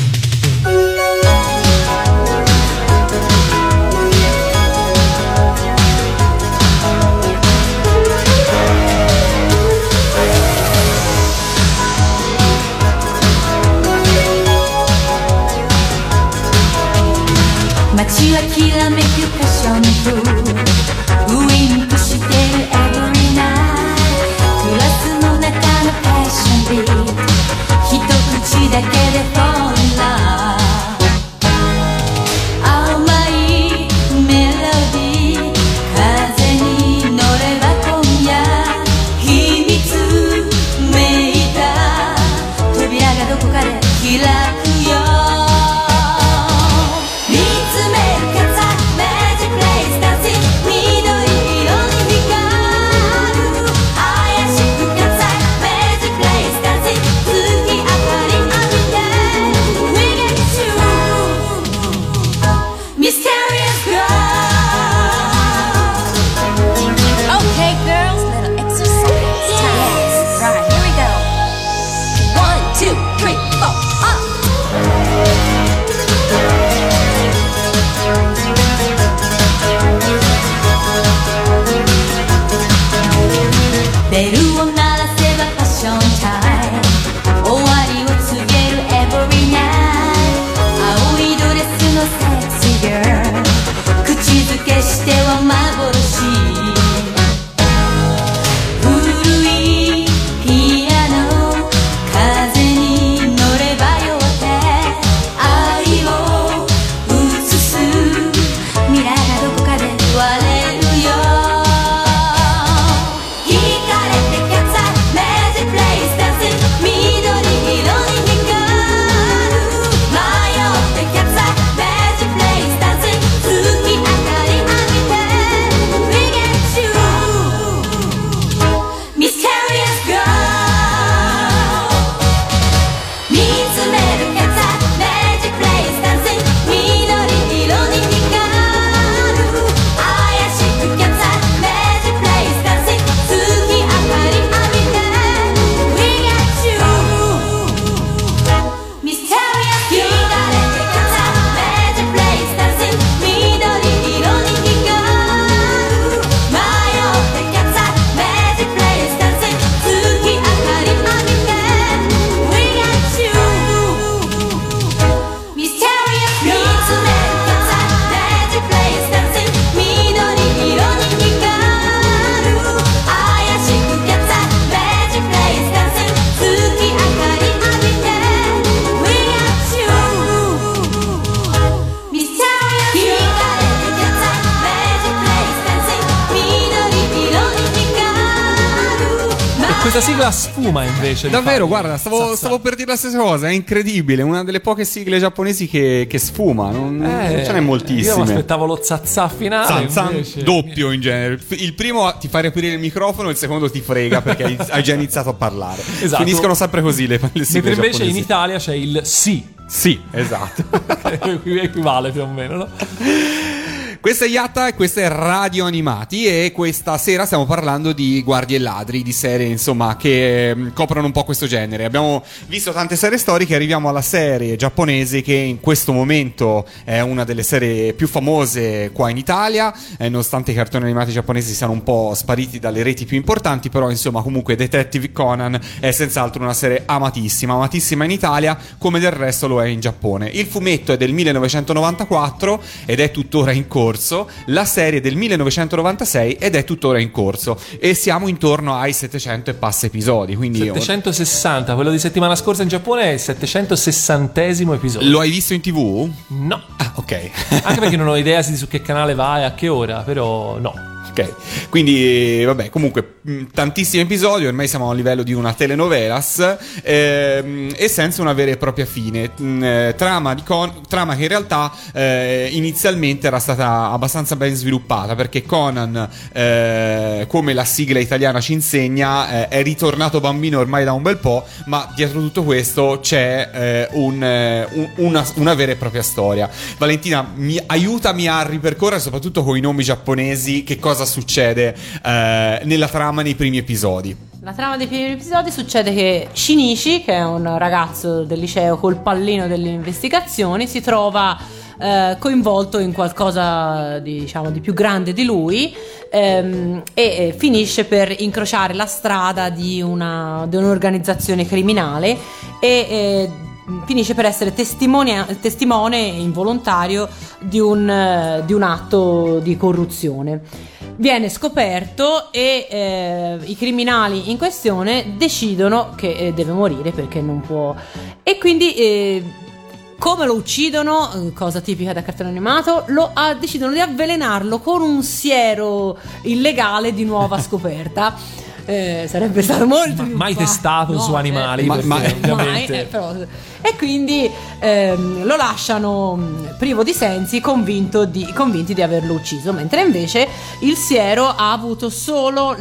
街はきらめくパッションとウインクしてる every night クラスの中のパッションビート一口だけでフォンラ甘いメロディー風に乗れば今夜秘密めいた扉がどこかで開くよベルを鳴らせばパッションタイム終わりを告げる every night 青いドレスのセクシー girl 口づけしては幻古いピアノ風に乗ればよって愛を映す未来がどこかで割れるよ Questa sigla sfuma invece. Davvero, guarda, stavo per dire la stessa cosa. È incredibile. Una delle poche sigle giapponesi che sfuma. Non ce n'è moltissime. Io mi aspettavo lo zazza finale. Invece... doppio in genere. Il primo ti fa riaprire il microfono, il secondo ti frega perché hai già iniziato a parlare. Esatto. Finiscono sempre così le sigle mentre invece giapponesi. in Italia c'è il sì. Sì, esatto. Equivale più o meno, no? Questa è Yatta e questa è Radio Animati, e questa sera stiamo parlando di Guardie e Ladri, di serie insomma che coprono un po' questo genere. Abbiamo visto tante serie storiche, arriviamo alla serie giapponese che in questo momento è una delle serie più famose qua in Italia, nonostante i cartoni animati giapponesi siano un po' spariti dalle reti più importanti, però insomma comunque Detective Conan è senz'altro una serie amatissima in Italia, come del resto lo è in Giappone. Il fumetto è del 1994 ed è tuttora in corso, la serie del 1996 ed è tuttora in corso, e siamo intorno ai 700 e passa episodi, quindi 760, quello di settimana scorsa in Giappone è il 760esimo episodio. Lo hai visto in TV? No. Ah, ok. Anche perché non ho idea su che canale va e a che ora, però no. Ok, quindi vabbè, comunque tantissimi episodi, ormai siamo a livello di una telenovelas, e senza una vera e propria fine. Trama che in realtà inizialmente era stata abbastanza ben sviluppata, perché Conan, come la sigla italiana ci insegna, è ritornato bambino ormai da un bel po', ma dietro tutto questo c'è una vera e propria storia. Valentina, aiutami a ripercorrere, soprattutto con i nomi giapponesi, che cosa succede nella trama nei primi episodi. La trama dei primi episodi succede che Shinichi, che è un ragazzo del liceo col pallino delle investigazioni, si trova coinvolto in qualcosa di, diciamo, di più grande di lui, e finisce per incrociare la strada di un'organizzazione criminale e finisce per essere testimone involontario di un atto di corruzione. Viene scoperto e i criminali in questione decidono che deve morire perché non può, e quindi come lo uccidono, cosa tipica da cartone animato, decidono di avvelenarlo con un siero illegale di nuova scoperta. Sarebbe stato molto più mai testato su animali, ovviamente. Però, e quindi lo lasciano privo di sensi, convinti di averlo ucciso, mentre invece il siero ha avuto solo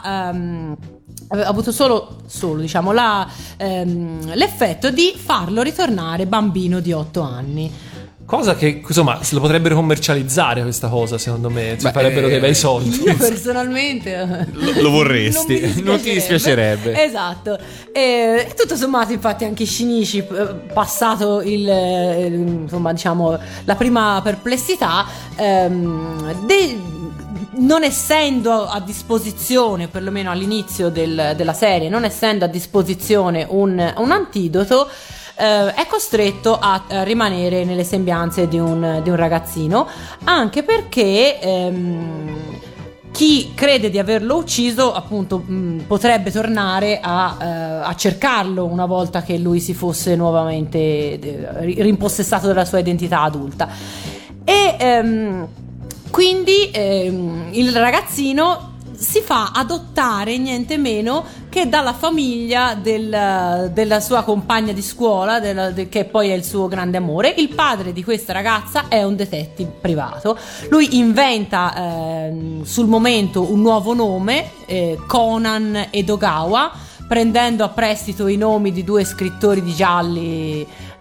diciamo l'effetto di farlo ritornare bambino di 8 anni. Cosa che insomma se lo potrebbero commercializzare, questa cosa, secondo me ci farebbero dei bei soldi. Io personalmente lo vorresti, non ti dispiacerebbe. Esatto. E tutto sommato infatti anche Shinichi, passato insomma diciamo la prima perplessità, non essendo a disposizione, perlomeno all'inizio della serie, non essendo a disposizione un antidoto, è costretto a rimanere nelle sembianze di un ragazzino, anche perché chi crede di averlo ucciso appunto potrebbe tornare a cercarlo una volta che lui si fosse nuovamente rimpossessato della sua identità adulta, e quindi il ragazzino si fa adottare niente meno che dalla famiglia della sua compagna di scuola, che poi è il suo grande amore. Il padre di questa ragazza è un detective privato. Lui inventa sul momento un nuovo nome, Conan Edogawa, prendendo a prestito i nomi di due scrittori di gialli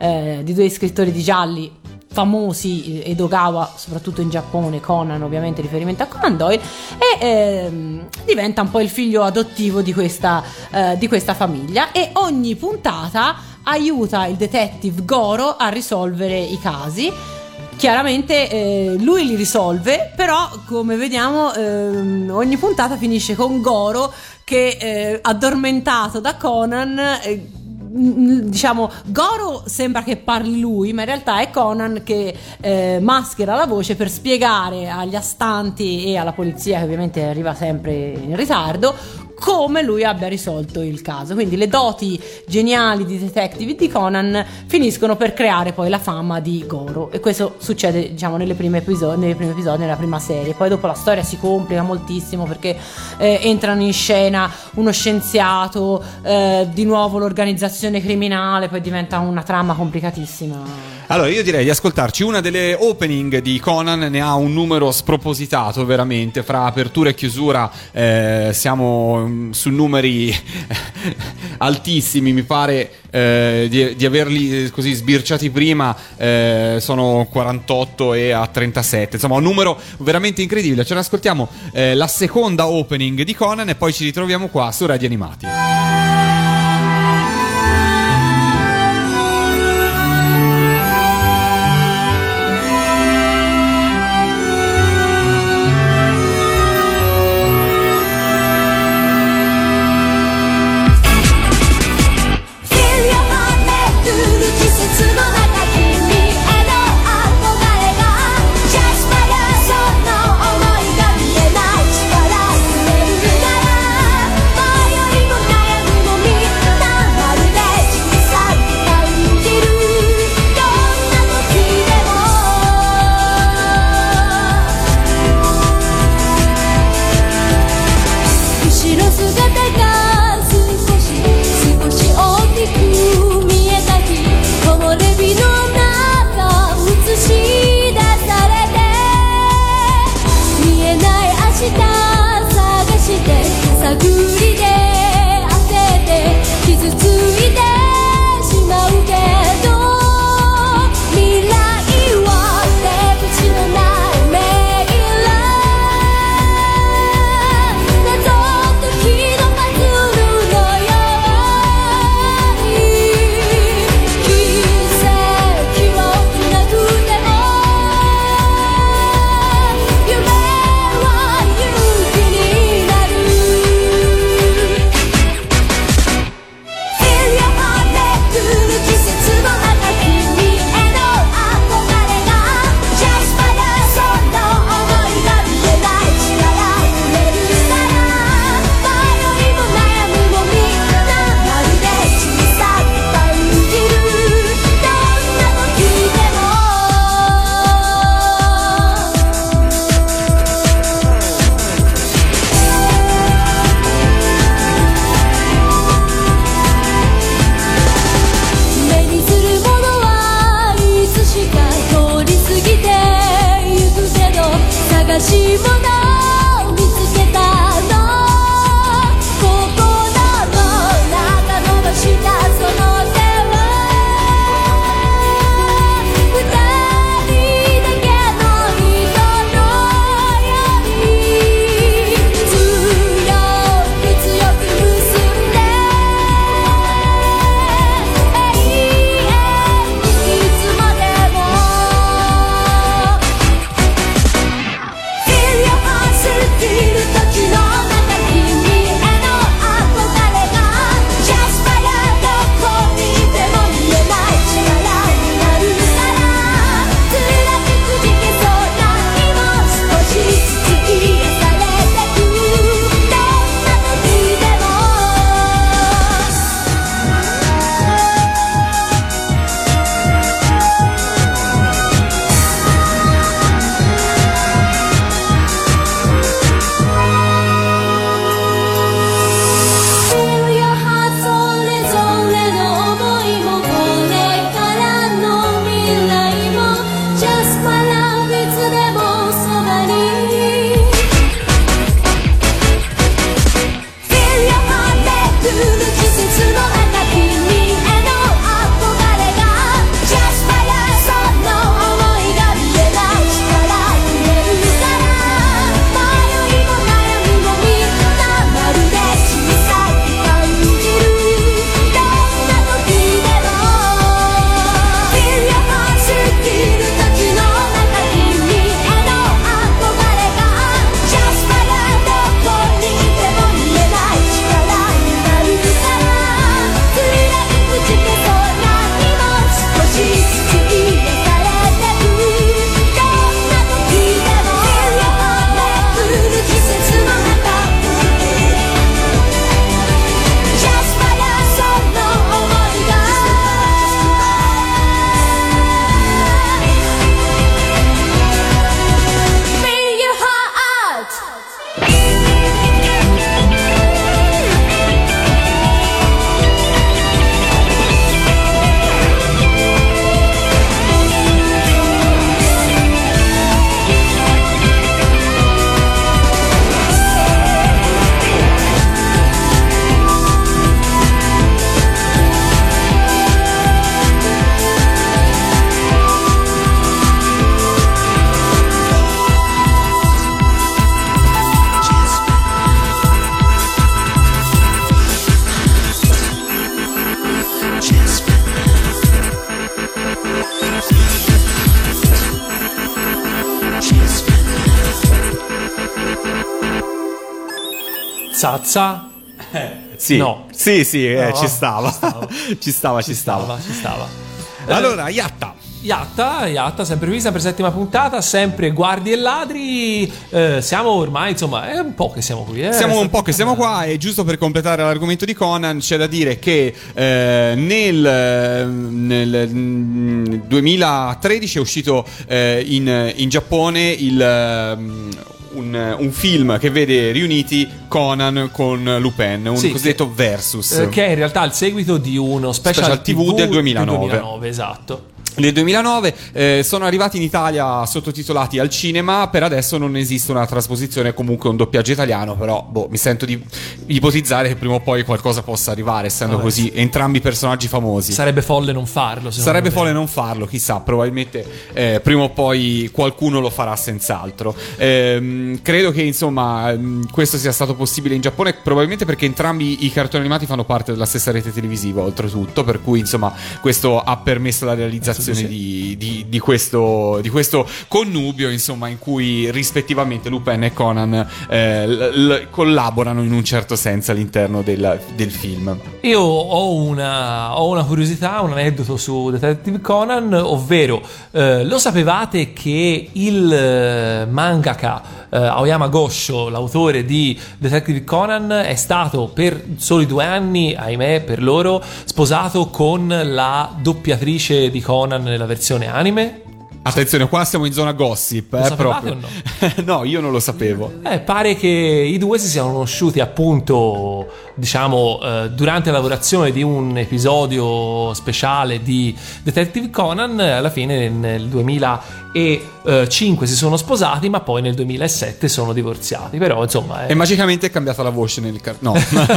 famosi, Edogawa soprattutto in Giappone, Conan ovviamente riferimento a Conan Doyle, e diventa un po' il figlio adottivo di questa famiglia, e ogni puntata aiuta il detective Goro a risolvere i casi. Chiaramente lui li risolve, però come vediamo ogni puntata finisce con Goro che addormentato da Conan, diciamo Goro sembra che parli lui, ma in realtà è Conan che maschera la voce per spiegare agli astanti e alla polizia, che ovviamente arriva sempre in ritardo, come lui abbia risolto il caso. Quindi le doti geniali di detective di Conan finiscono per creare poi la fama di Goro, e questo succede diciamo nei primi episodi, nella prima serie. Poi dopo la storia si complica moltissimo perché entrano in scena uno scienziato, di nuovo l'organizzazione criminale, poi diventa una trama complicatissima. Allora io direi di ascoltarci una delle opening di Conan, ne ha un numero spropositato veramente, fra apertura e chiusura siamo su numeri altissimi, mi pare di averli così sbirciati prima, sono 48 e a 37, insomma un numero veramente incredibile. Ce ne ascoltiamo la seconda opening di Conan e poi ci ritroviamo qua su Radio Animati. Zaza. Sì, No. sì, No, ci stava. ci stava. Allora, Yatta, sempre qui, sempre settima puntata, sempre Guardie e Ladri. Siamo ormai, insomma, è un po' che siamo qui. Siamo un po' che siamo qua, e giusto per completare l'argomento di Conan c'è da dire che nel 2013 è uscito in Giappone un film che vede riuniti Conan con Lupin, un cosiddetto versus, che è in realtà il seguito di uno special TV del 2009. Esatto. Nel 2009 sono arrivati in Italia sottotitolati al cinema. Per adesso non esiste una trasposizione, comunque un doppiaggio italiano, però mi sento di ipotizzare che prima o poi qualcosa possa arrivare, essendo così entrambi personaggi famosi. Sarebbe folle non farlo. Sarebbe folle non farlo, chissà, probabilmente prima o poi qualcuno lo farà senz'altro. Credo che insomma questo sia stato possibile in Giappone, probabilmente perché entrambi i cartoni animati fanno parte della stessa rete televisiva, oltretutto, per cui insomma questo ha permesso la realizzazione di questo connubio, insomma, in cui rispettivamente Lupin e Conan collaborano in un certo senso all'interno del film. Io ho una curiosità, un aneddoto su Detective Conan, ovvero lo sapevate che il mangaka Aoyama Gosho, l'autore di Detective Conan, è stato per soli 2 anni, ahimè per loro, sposato con la doppiatrice di Conan nella versione anime? Attenzione, qua siamo in zona gossip, proprio. O no? No, io non lo sapevo. Pare che i due si siano conosciuti appunto, diciamo, durante la lavorazione di un episodio speciale di Detective Conan. Alla fine nel 2005 si sono sposati, ma poi nel 2007 sono divorziati. Però insomma E magicamente è cambiata la voce nel no.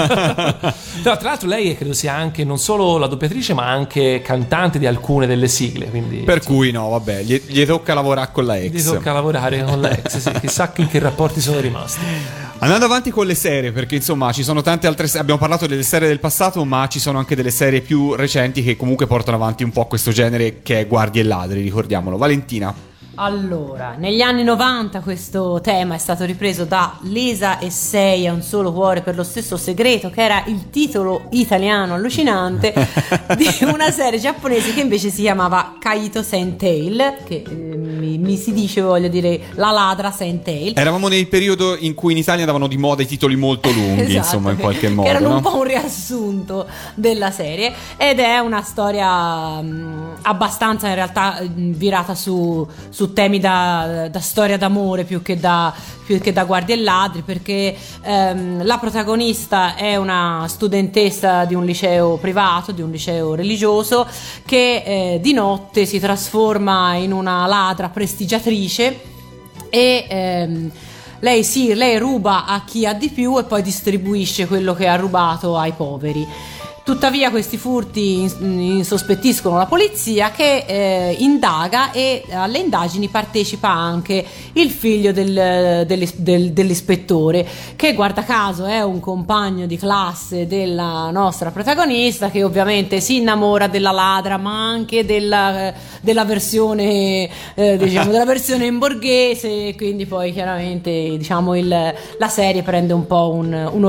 Tra l'altro lei credo sia anche non solo la doppiatrice, ma anche cantante di alcune delle sigle, quindi per cui no, vabbè, gli tocca lavorare con la ex. Gli tocca lavorare con la ex, sì. Chissà in che rapporti sono rimasti. Andando avanti con le serie, perché insomma ci sono tante altre abbiamo parlato delle serie del passato, ma ci sono anche delle serie più recenti che comunque portano avanti un po' questo genere, che è Guardie e Ladri, ricordiamolo. Valentina. Allora, negli anni 90 questo tema è stato ripreso da Lisa e Sei a un solo cuore per lo stesso segreto, che era il titolo italiano allucinante di una serie giapponese che invece si chiamava Kaito Sentai, che mi si dice, voglio dire, la ladra Sentai. Eravamo nel periodo in cui in Italia andavano di moda i titoli molto lunghi, esatto, insomma, in qualche modo. Erano un po' un riassunto della serie, ed è una storia abbastanza in realtà virata su temi da storia d'amore più che da Guardie e Ladri, perché la protagonista è una studentessa di un liceo privato, di un liceo religioso, che di notte si trasforma in una ladra prestigiatrice e lei ruba a chi ha di più e poi distribuisce quello che ha rubato ai poveri. Tuttavia questi furti insospettiscono la polizia, che indaga, e alle indagini partecipa anche il figlio dell'ispettore, che guarda caso è un compagno di classe della nostra protagonista, che ovviamente si innamora della ladra, ma anche della versione diciamo della versione in borghese, quindi poi chiaramente diciamo la serie prende un po' un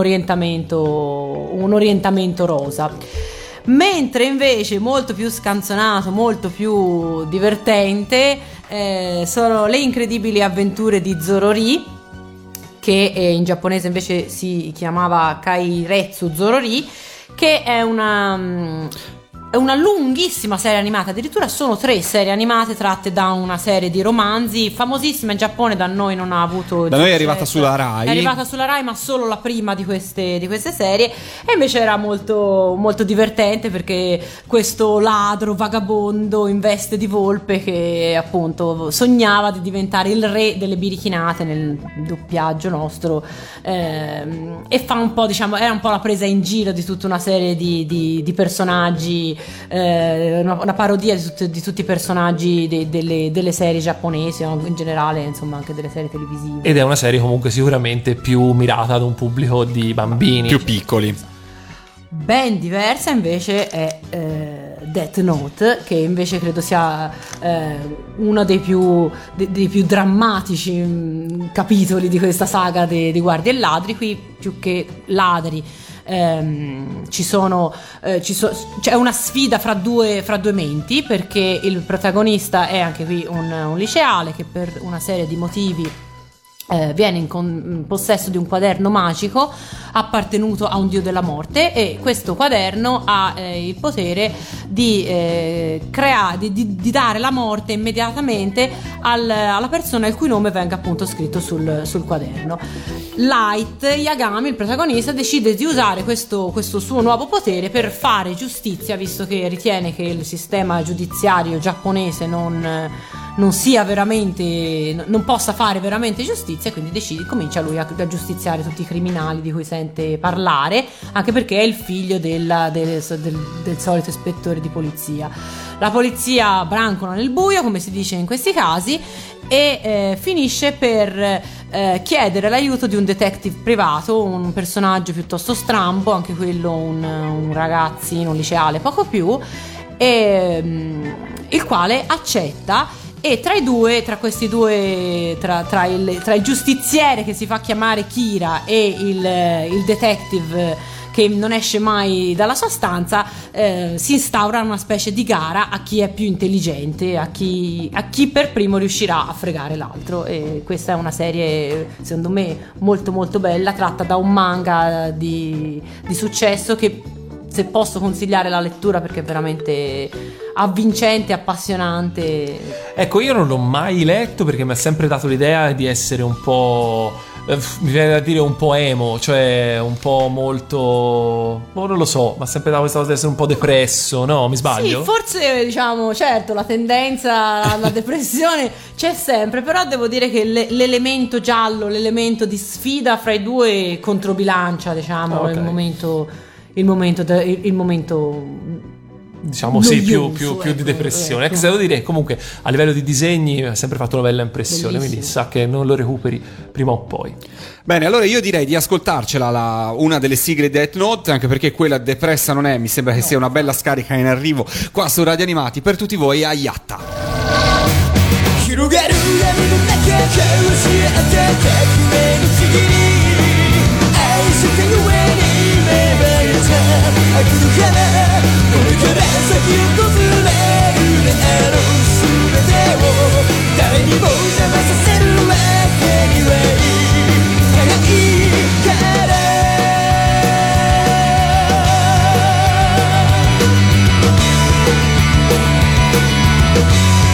orientamento rosa. Mentre invece molto più scanzonato, molto più divertente sono le incredibili avventure di Zorori, che in giapponese invece si chiamava Kairetsu Zorori, che è una lunghissima serie animata. Addirittura sono 3 serie animate tratte da una serie di romanzi famosissima in Giappone. Da noi non ha avuto da noi è arrivata sulla Rai. È arrivata sulla Rai, ma solo la prima di queste serie, e invece era molto, molto divertente, perché questo ladro vagabondo in veste di volpe, che appunto sognava di diventare il re delle birichinate nel doppiaggio nostro, e fa un po', diciamo, era un po' la presa in giro di tutta una serie di personaggi, una parodia di tutti i personaggi delle serie giapponesi, in generale, insomma, anche delle serie televisive. Ed è una serie comunque sicuramente più mirata ad un pubblico di bambini più piccoli. Ben diversa invece è Death Note, che invece credo sia uno dei più drammatici capitoli di questa saga di Guardie e Ladri. Qui più che ladri c'è una sfida fra due menti, perché il protagonista è anche qui un liceale che per una serie di motivi viene in possesso di un quaderno magico appartenuto a un dio della morte, e questo quaderno ha il potere di dare la morte immediatamente alla persona il cui nome venga appunto scritto sul quaderno. Light Yagami, il protagonista, decide di usare questo suo nuovo potere per fare giustizia, visto che ritiene che il sistema giudiziario giapponese non possa fare veramente giustizia, quindi comincia lui a giustiziare tutti i criminali di cui sente parlare, anche perché è il figlio del solito ispettore di polizia. La polizia brancola nel buio, come si dice in questi casi, e finisce per chiedere l'aiuto di un detective privato, un personaggio piuttosto strambo, anche quello un ragazzino, un liceale poco più, il quale accetta. E tra il giustiziere che si fa chiamare Kira e il detective che non esce mai dalla sua stanza, si instaura una specie di gara a chi è più intelligente, a chi per primo riuscirà a fregare l'altro. E questa è una serie secondo me molto molto bella, tratta da un manga di successo, che se posso consigliare la lettura perché è veramente avvincente, appassionante. Ecco, io non l'ho mai letto perché mi ha sempre dato l'idea di essere un po', mi viene da dire un po' emo, cioè un po' molto, non lo so, ma sempre dato questa cosa di essere un po' depresso, no? Mi sbaglio? Sì, forse diciamo, certo, la tendenza alla depressione c'è sempre, però devo dire che l'elemento giallo, l'elemento di sfida fra i due controbilancia, diciamo, Okay. il momento Diciamo sì, più noioso, di depressione. Ecco, devo dire, comunque a livello di disegni ha sempre fatto una bella impressione. Bellissimo. Quindi sa che non lo recuperi prima o poi. Bene, allora io direi di ascoltarcela una delle sigle di Death Note, anche perché quella depressa non è, mi sembra che sia una bella scarica in arrivo qua su Radio Animati per tutti voi a Yatta. 広がる闇の中交し合った革命の次に愛したゆえに芽生えた悪の花これから先を訪れるであろう全てを誰にも邪魔させるわけにはいかないから「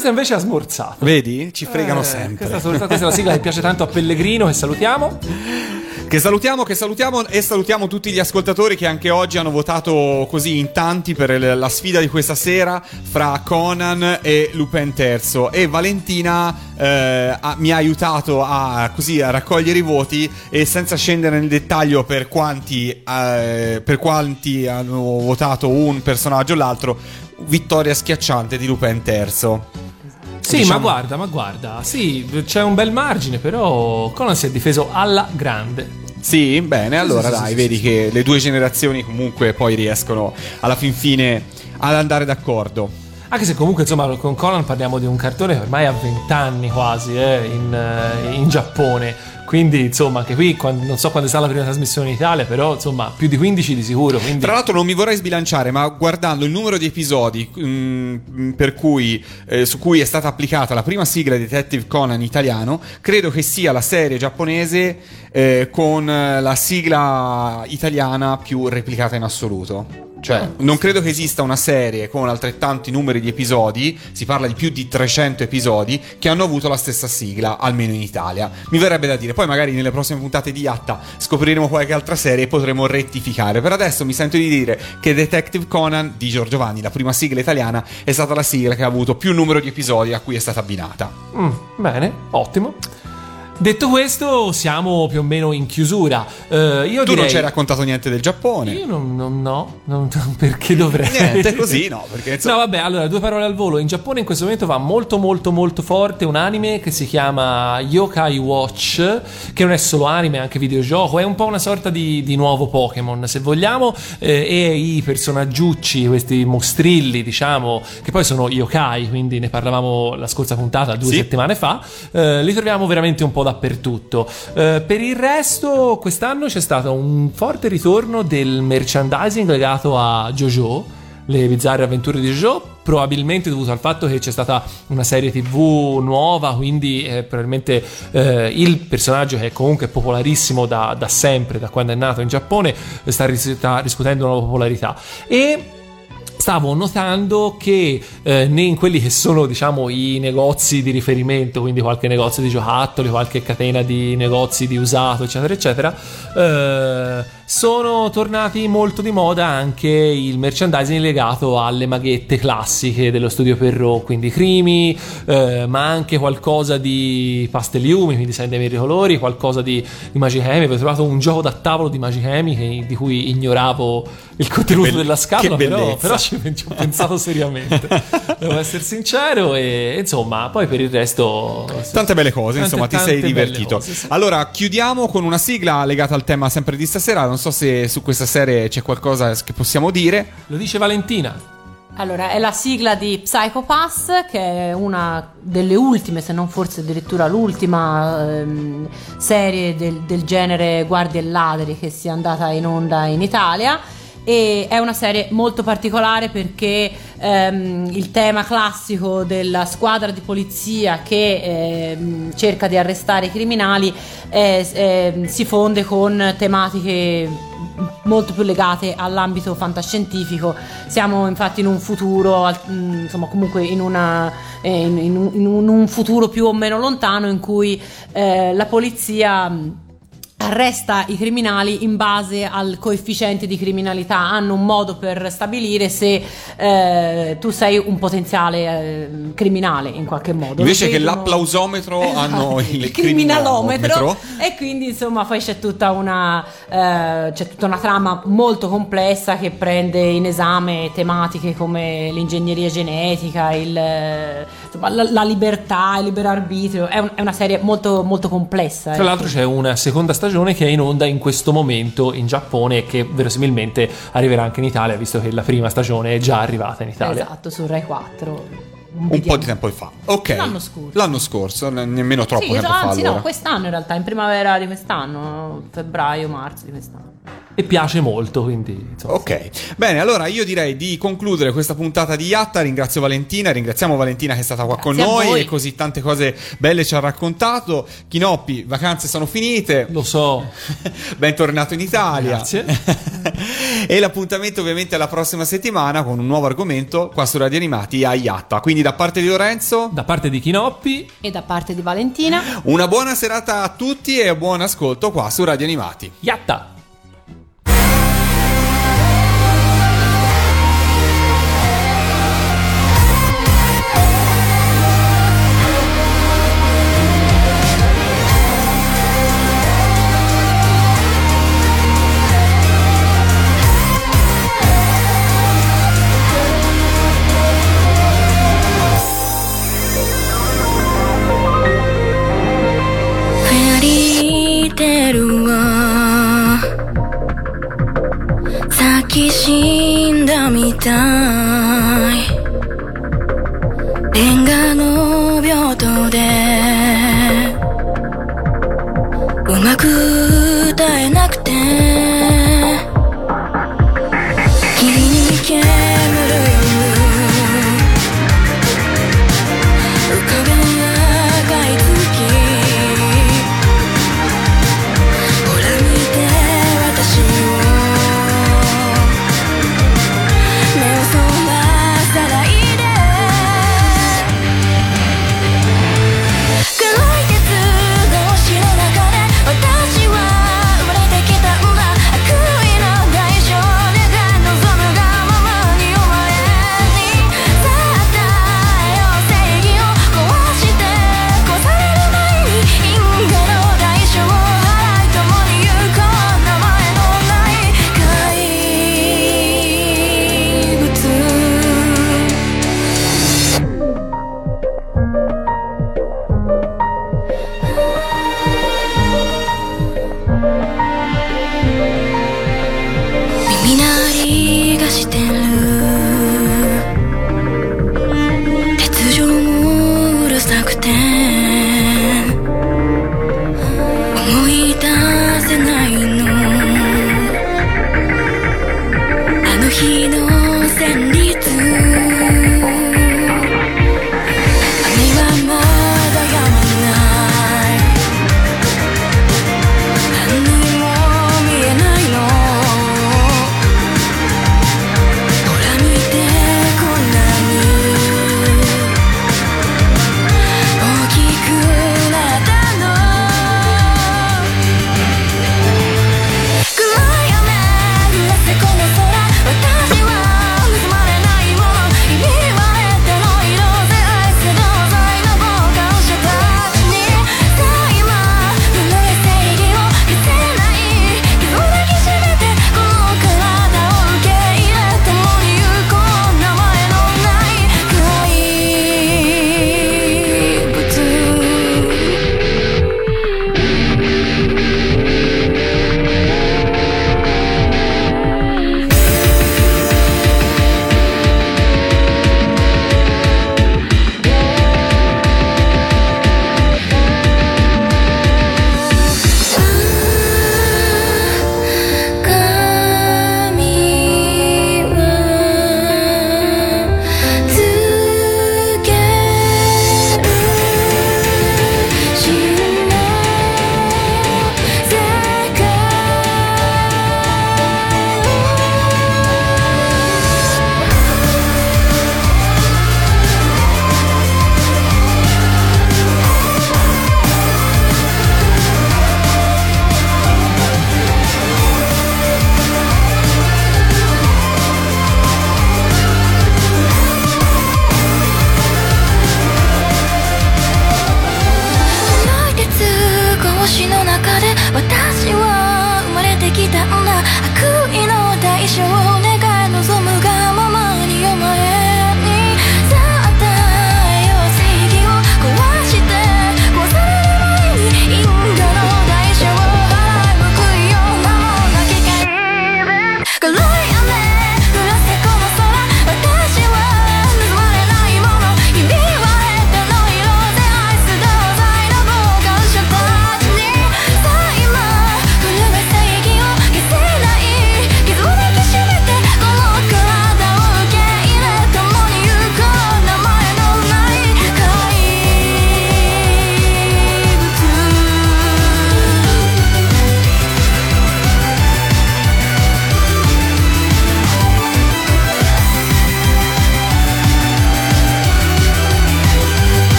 questa invece ha smorzato. Vedi? Ci fregano sempre. Questa è la sigla che piace tanto a Pellegrino, che salutiamo. Che salutiamo e salutiamo tutti gli ascoltatori che anche oggi hanno votato così in tanti per la sfida di questa sera fra Conan e Lupin III, e Valentina mi ha aiutato a raccogliere i voti, e senza scendere nel dettaglio per quanti hanno votato un personaggio o l'altro, vittoria schiacciante di Lupin III. Sì, diciamo... ma guarda, sì, c'è un bel margine, però Conan si è difeso alla grande. Sì, bene, allora dai, vedi che le due generazioni comunque poi riescono alla fin fine ad andare d'accordo. Anche se comunque, insomma, con Conan parliamo di un cartone che ormai ha 20 anni quasi in Giappone. Quindi, insomma, anche qui non so quando sarà la prima trasmissione in Italia, però, insomma, più di 15 di sicuro. Quindi... Tra l'altro non mi vorrei sbilanciare, ma guardando il numero di episodi su cui è stata applicata la prima sigla di Detective Conan italiano, credo che sia la serie giapponese con la sigla italiana più replicata in assoluto. Cioè, non credo che esista una serie con altrettanti numeri di episodi, si parla di più di 300 episodi, che hanno avuto la stessa sigla, almeno in Italia. Mi verrebbe da dire, poi magari nelle prossime puntate di Yatta scopriremo qualche altra serie e potremo rettificare. Per adesso mi sento di dire che Detective Conan di Giorgio Vanni, la prima sigla italiana, è stata la sigla che ha avuto più numero di episodi a cui è stata abbinata. Bene, ottimo. Detto questo, siamo più o meno in chiusura. Tu non ci hai raccontato niente del Giappone. Io no, perché dovrei? Niente, così no, perché no, vabbè, allora, 2 parole al volo. In Giappone in questo momento va molto molto molto forte un anime che si chiama Yokai Watch, che non è solo anime, è anche videogioco, è un po' una sorta di nuovo Pokémon, se vogliamo, e i personaggiucci, questi mostrilli, diciamo, che poi sono yokai, quindi ne parlavamo la scorsa puntata, 2 settimane fa, li troviamo veramente un po' dappertutto. Per il resto, quest'anno c'è stato un forte ritorno del merchandising legato a JoJo, le bizzarre avventure di JoJo, probabilmente dovuto al fatto che c'è stata una serie TV nuova, quindi probabilmente il personaggio, che è comunque popolarissimo da sempre, da quando è nato in Giappone, sta riscuotendo una nuova popolarità. E stavo notando che in quelli che sono, diciamo, i negozi di riferimento, quindi qualche negozio di giocattoli, qualche catena di negozi di usato, eccetera eccetera, sono tornati molto di moda anche il merchandising legato alle maghette classiche dello studio Perrault, quindi Crimi, ma anche qualcosa di Pastelliumi, quindi Sai dei colori, qualcosa di Magicemi. Avevo trovato un gioco da tavolo di Magicemi di cui ignoravo il contenuto della scatola, però ci ho pensato seriamente, devo essere sincero, e insomma, poi per il resto tante belle cose, insomma, ti sei divertito. Cose, sì. Allora, chiudiamo con una sigla legata al tema sempre di stasera. Non so se su questa serie c'è qualcosa che possiamo dire. Lo dice Valentina. Allora, è la sigla di Psycho Pass, che è una delle ultime, se non forse addirittura l'ultima serie del genere Guardie e Ladri che sia andata in onda in Italia. E è una serie molto particolare perché il tema classico della squadra di polizia che cerca di arrestare i criminali si fonde con tematiche molto più legate all'ambito fantascientifico. Siamo infatti in un futuro, insomma, comunque in un futuro più o meno lontano, in cui la polizia arresta i criminali in base al coefficiente di criminalità. Hanno un modo per stabilire se tu sei un potenziale criminale in qualche modo. Invece che l'applausometro hanno il criminalometro. E quindi, insomma, poi c'è tutta una trama molto complessa che prende in esame tematiche come l'ingegneria genetica, la libertà, il libero arbitrio. È una serie molto molto complessa. Tra l'altro c'è una seconda stagione che è in onda in questo momento in Giappone e che verosimilmente arriverà anche in Italia, visto che la prima stagione è già arrivata in Italia. Esatto, su Rai 4. Un po' di tempo fa. Ok. L'anno scorso, nemmeno troppo tempo fa. Anzi, allora. no, quest'anno in realtà, in primavera di quest'anno, febbraio, marzo di quest'anno. e piace molto, quindi insomma. Ok, bene, allora io direi di concludere questa puntata di Yatta. Ringrazio Valentina, ringraziamo Valentina che è stata qua con Grazie a noi voi. e così tante cose belle ci ha raccontato. Chinoppi, vacanze sono finite, Lo so. bentornato in Italia. Grazie. E l'appuntamento ovviamente alla prossima settimana con un nuovo argomento qua su Radio Animati a Yatta. Quindi da parte di Lorenzo, Da parte di Chinoppi, E da parte di Valentina. una buona serata a tutti e buon ascolto qua su Radio Animati. Yatta!